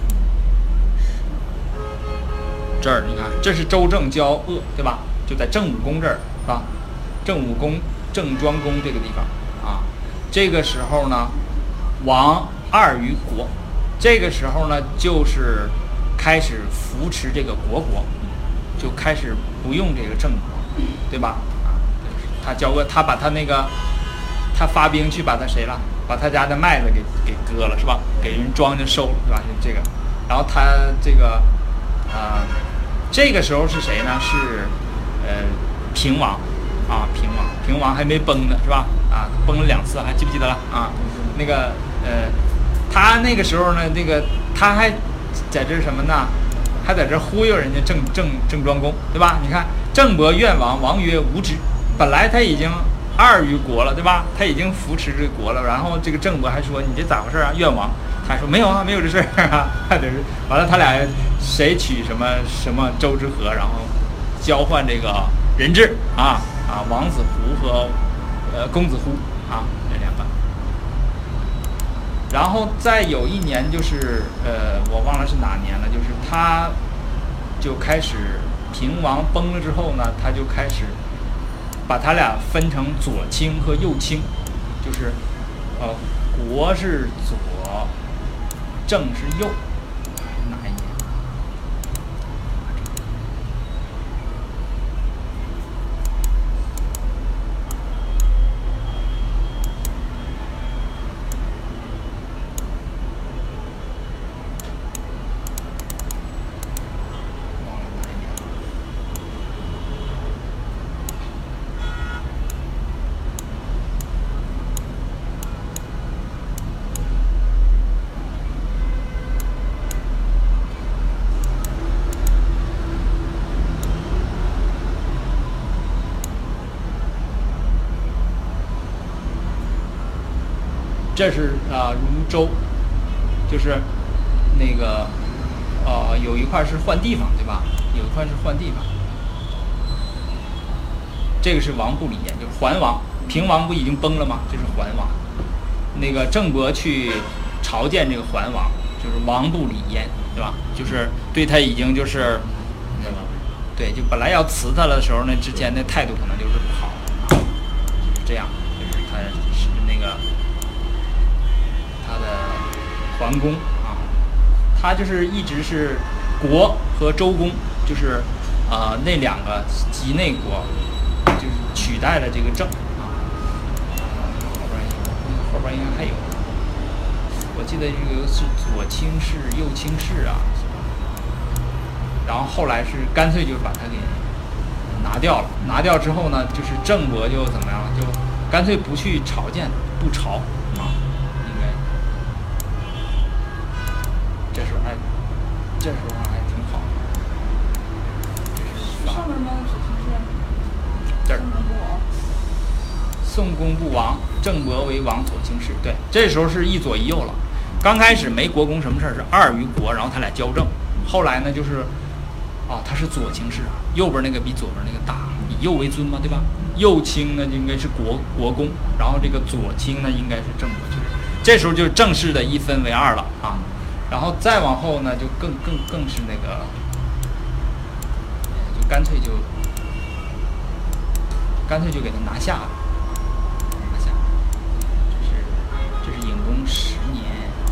这儿你看，这是周郑交恶，对吧？就在郑武公这儿，是吧？郑武公、郑庄公这个地方啊。这个时候呢，王二于国，这个时候呢，就是开始扶持这个国国，就开始不用这个郑国，对吧？他交个，他把他那个，他发兵去把他谁了？把他家的麦子给给割了是吧？给人庄稼收了是吧？这个，然后他这个，啊、呃，这个时候是谁呢？是，呃，平王，啊，平王，平王还没崩呢是吧？啊，崩了两次，还记不记得了？啊，那个，呃，他那个时候呢，那个他还在这什么呢？还在这忽悠人家郑郑郑庄公对吧？你看郑伯愿王，王曰无知。本来他已经二于国了，对吧？他已经扶持这个国了，然后这个郑伯还说：“你这咋回事啊？”愿王他说：“没有啊，没有这事儿啊。”就是完了，他俩谁取什么什么周之和，然后交换这个人质啊啊，王子胡和呃公子乎啊这两个。然后再有一年就是呃我忘了是哪年了，就是他就开始平王崩了之后呢，他就开始。把他俩分成左卿和右卿，就是，呃，国是左，政是右，哪一年？ 这是啊、呃、如州，就是那个呃有一块是换地方对吧？有一块是换地方。这个是王不离焉，就是桓王，平王不已经崩了吗？这是桓王。那个郑伯去朝见这个桓王，就是王不离焉，对吧？就是对他已经就是对，就本来要辞他了的时候呢，之前的态度可能就是不好，就是这样，就是他是那个他的桓公啊，他就是一直是国和周公，就是呃那两个畿内国，就是取代了这个郑啊，后边后边应该还有，我记得这个是左卿氏、右卿氏啊。然后后来是干脆就把它给拿掉了，拿掉之后呢，就是郑伯就怎么样，就干脆不去朝见，不朝啊，应该这时候还这时候还挺好。 上面吗？ 这儿宋公不亡，郑伯为王左卿氏。对，这时候是一左一右了。刚开始没国公什么事儿，是二于国，然后他俩交政。后来呢，就是。啊，他是左卿氏啊，右边那个比左边那个大，以右为尊嘛，对吧？右卿呢应该是国国公，然后这个左卿呢应该是郑伯君，这时候就正式的一分为二了啊。然后再往后呢，就更更更是那个，就干脆就干脆就给他拿下了，拿下。这是这是隐公十年。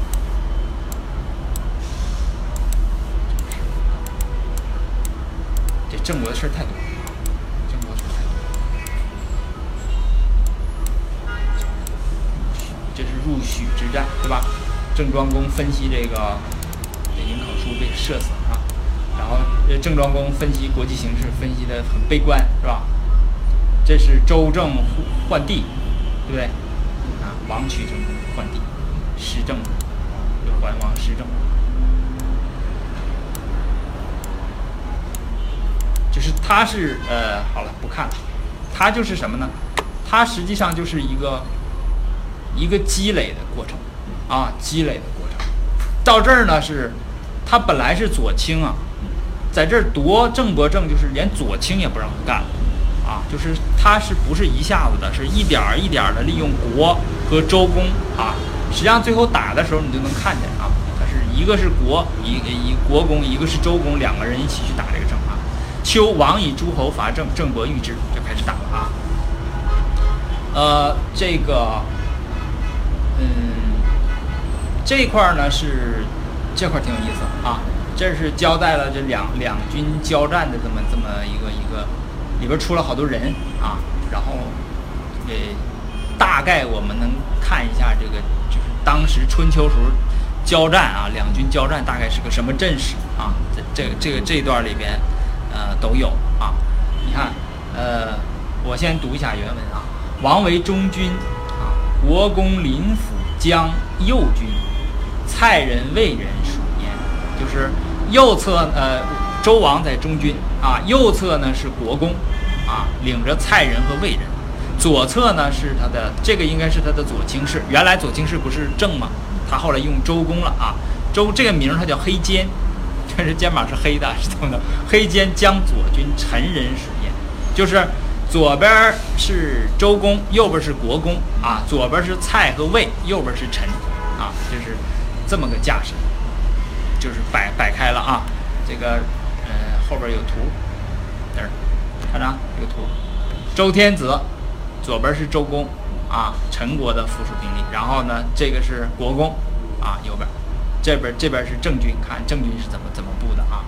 这郑国的事儿太多，郑国的事儿太多。这是入许之战，对吧？郑庄公分析这个这颍考叔被射死啊，然后郑庄公分析国际形势，分析的很悲观，是吧？这是周郑换地，对不对？啊，王取郑换地，失政，就桓王失政。就是它是呃，好了，不看了。它就是什么呢？它实际上就是一个一个积累的过程啊，积累的过程。到这儿呢是，他本来是左卿啊，在这儿夺郑伯政，就是连左卿也不让他干啊，就是他是不是一下子的，是一点儿一点儿的利用国和周公啊。实际上最后打的时候你就能看见啊，他是一个是国一一国公，一个是周公，两个人一起去打这个仗啊。秋王以诸侯伐郑，郑伯遇之，就开始打了啊。呃，这个，嗯，这块呢是这块挺有意思啊。这是交代了这两两军交战的这么这么一个一个，里边出了好多人啊。然后，呃，大概我们能看一下这个，就是当时春秋时候交战啊，两军交战大概是个什么阵势啊？这这个这个这一段里边。呃，都有啊。你看，呃，我先读一下原文啊。王为中军啊，国公临府将右军，蔡人、魏人属焉。就是右侧呃，周王在中军啊，右侧呢是国公啊，领着蔡人和魏人。左侧呢是他的，这个应该是他的左卿氏。原来左卿氏不是郑吗？他后来用周公了啊。周这个名他叫黑肩。这是肩膀是黑的，是怎么的？黑肩将左军陈人属焉，就是左边是周公，右边是国公啊，左边是蔡和魏，右边是陈啊，就是这么个架势，就是摆摆开了啊。这个呃后边有图，这儿看着这个图，周天子左边是周公啊，陈国的附属兵力，然后呢这个是国公啊，右边。这边这边是郑军，看郑军是怎么怎么布的啊？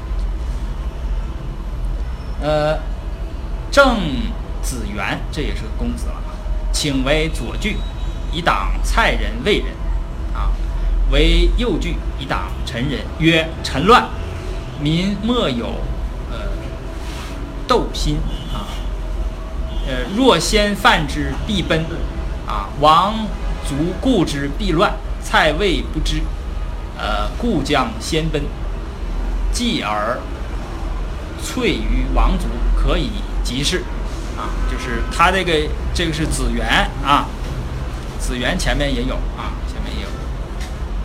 呃，郑子元这也是个公子了，请为左拒，以挡蔡人、魏人啊；为右拒，以挡陈人。曰：陈乱，民莫有呃斗心啊。呃，若先犯之，必奔啊；王卒顾之，必乱。蔡魏不知。呃，故将先奔，继而萃于王族，可以即事啊。就是他这个这个是子元啊，子元前面也有啊，前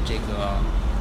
这个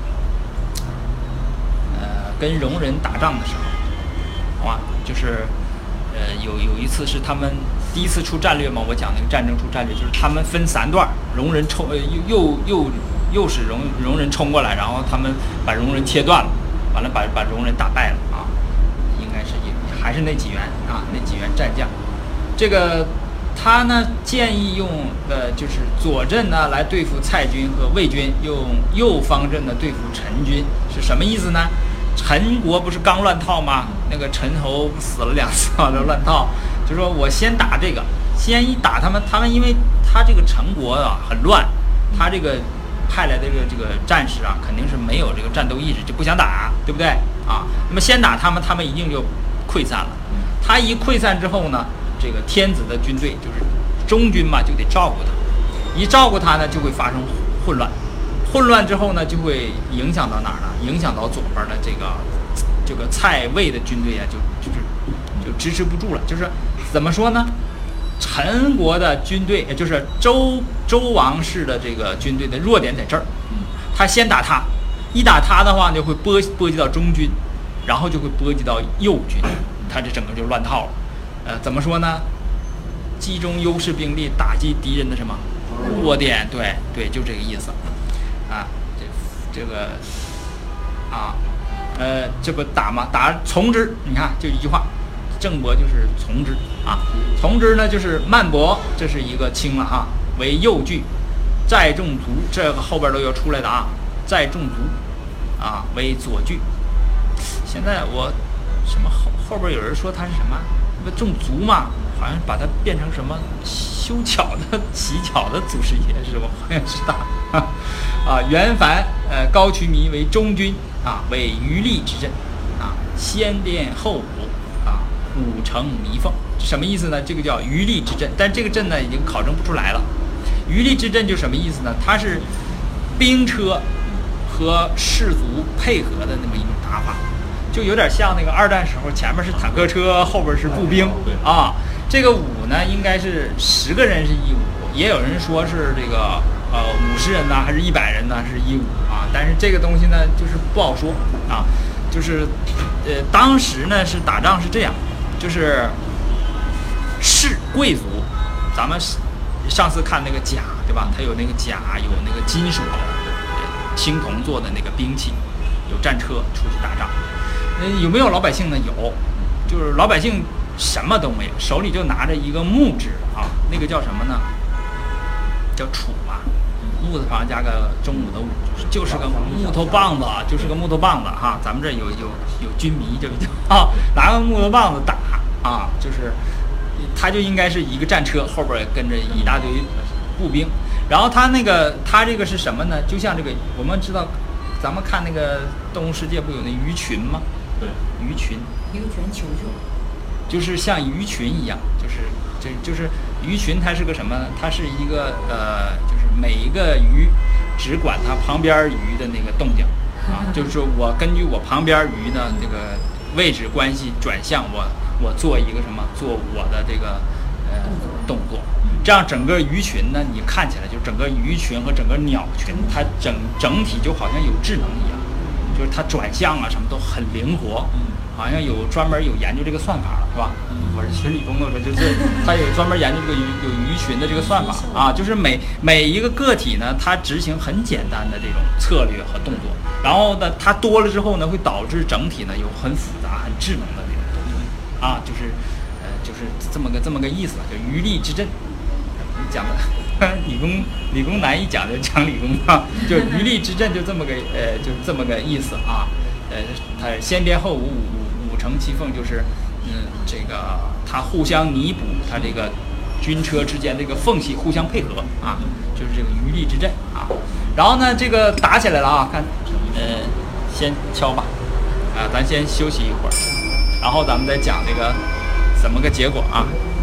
呃跟戎人打仗的时候，好吧，就是呃有有一次是他们第一次出战略嘛，我讲那个战争出战略，就是他们分三段，戎人冲呃又又又是戎戎人冲过来，然后他们把戎人切断了，完了把把戎人打败了啊，应该是也还是那几员啊，那几员战将，这个。他呢建议用呃就是左阵呢来对付蔡军和魏军，用右方阵呢对付陈军，是什么意思呢？陈国不是刚乱套吗？那个陈侯死了两次啊，都乱套，就说我先打这个，先一打他们，他们因为他这个陈国啊很乱，他这个派来的这个这个战士啊肯定是没有这个战斗意志，就不想打，对不对啊？那么先打他们，他们一定就溃散了。他一溃散之后呢？这个天子的军队就是中军嘛，就得照顾他，一照顾他呢，就会发生混乱，混乱之后呢，就会影响到哪儿呢？影响到左边的这个这个蔡魏的军队啊，就就是就支持不住了。就是怎么说呢？陈国的军队，也就是周周王室的这个军队的弱点在这儿，他先打他，一打他的话，就会波波及到中军，然后就会波及到右军，他这整个就乱套了。呃，怎么说呢？集中优势兵力打击敌人的什么弱点？对对，就这个意思。啊，这这个啊，呃，这不打吗？打从之，你看就一句话，郑伯就是从之啊。从之呢就是曼伯，这是一个轻了哈，为右句，寨众卒，这个后边都要出来的啊。寨众卒啊为左句。现在我什么后后边有人说他是什么？种族嘛，好像把它变成什么修巧的、乞巧的祖师爷是吧？好像是他啊。袁凡呃高渠弥为中军啊，为余力之阵啊，先练后武啊，五城弥凤，什么意思呢？这个叫余力之阵，但这个阵呢已经考证不出来了。余力之阵就什么意思呢？它是兵车和士卒配合的那么一种打法。就有点像那个二战时候，前面是坦克车，后边是步兵啊。这个武呢，应该是十个人是一武，也有人说是这个呃五十人呢，还是一百人呢是一武啊。但是这个东西呢，就是不好说啊。就是呃，当时呢是打仗是这样，就是士贵族，咱们上次看那个甲对吧？它有那个甲，有那个金属的青铜做的那个兵器，有战车出去打仗。有没有老百姓呢？有，就是老百姓什么都没有，手里就拿着一个木质啊，那个叫什么呢？叫杵吧，木字旁加个中午的午，就是个木头棒子，就是个木头棒子哈。咱们这有有有军迷就啊，拿个木头棒子打啊，就是他就应该是一个战车，后边跟着一大堆步兵，然后他那个他这个是什么呢？就像这个我们知道，咱们看那个《动物世界》不有那鱼群吗？ 对， 鱼群， 鱼群球球， 就是像鱼群一样，就是这就是鱼群，它是个什么？它是一个呃，就是每一个鱼只管它旁边鱼的那个动静啊，就是说我根据我旁边鱼呢这个位置关系转向我，我做一个什么？做我的这个呃动作，这样整个鱼群呢，你看起来就整个鱼群和整个鸟群，它整整体就好像有智能一样。就是它转向啊，什么都很灵活，好像有专门有研究这个算法了，是吧？我是学理工的，就是它有专门研究这个鱼有鱼群的这个算法啊，就是每每一个个体呢，它执行很简单的这种策略和动作，然后呢，它多了之后呢，会导致整体呢有很复杂、很智能的这种动作啊，就是呃，就是这么个这么个意思，就余力之阵，讲的。理工理工男一讲就讲理工啊，就余力之阵就这么个呃，就这么个意思啊。呃，它先编后武，五五城七凤，就是嗯，这个它互相弥补，它这个军车之间这个缝隙互相配合啊，就是这个余力之阵啊。然后呢，这个打起来了啊，看，呃，先敲吧，啊，咱先休息一会儿，然后咱们再讲这个怎么个结果啊。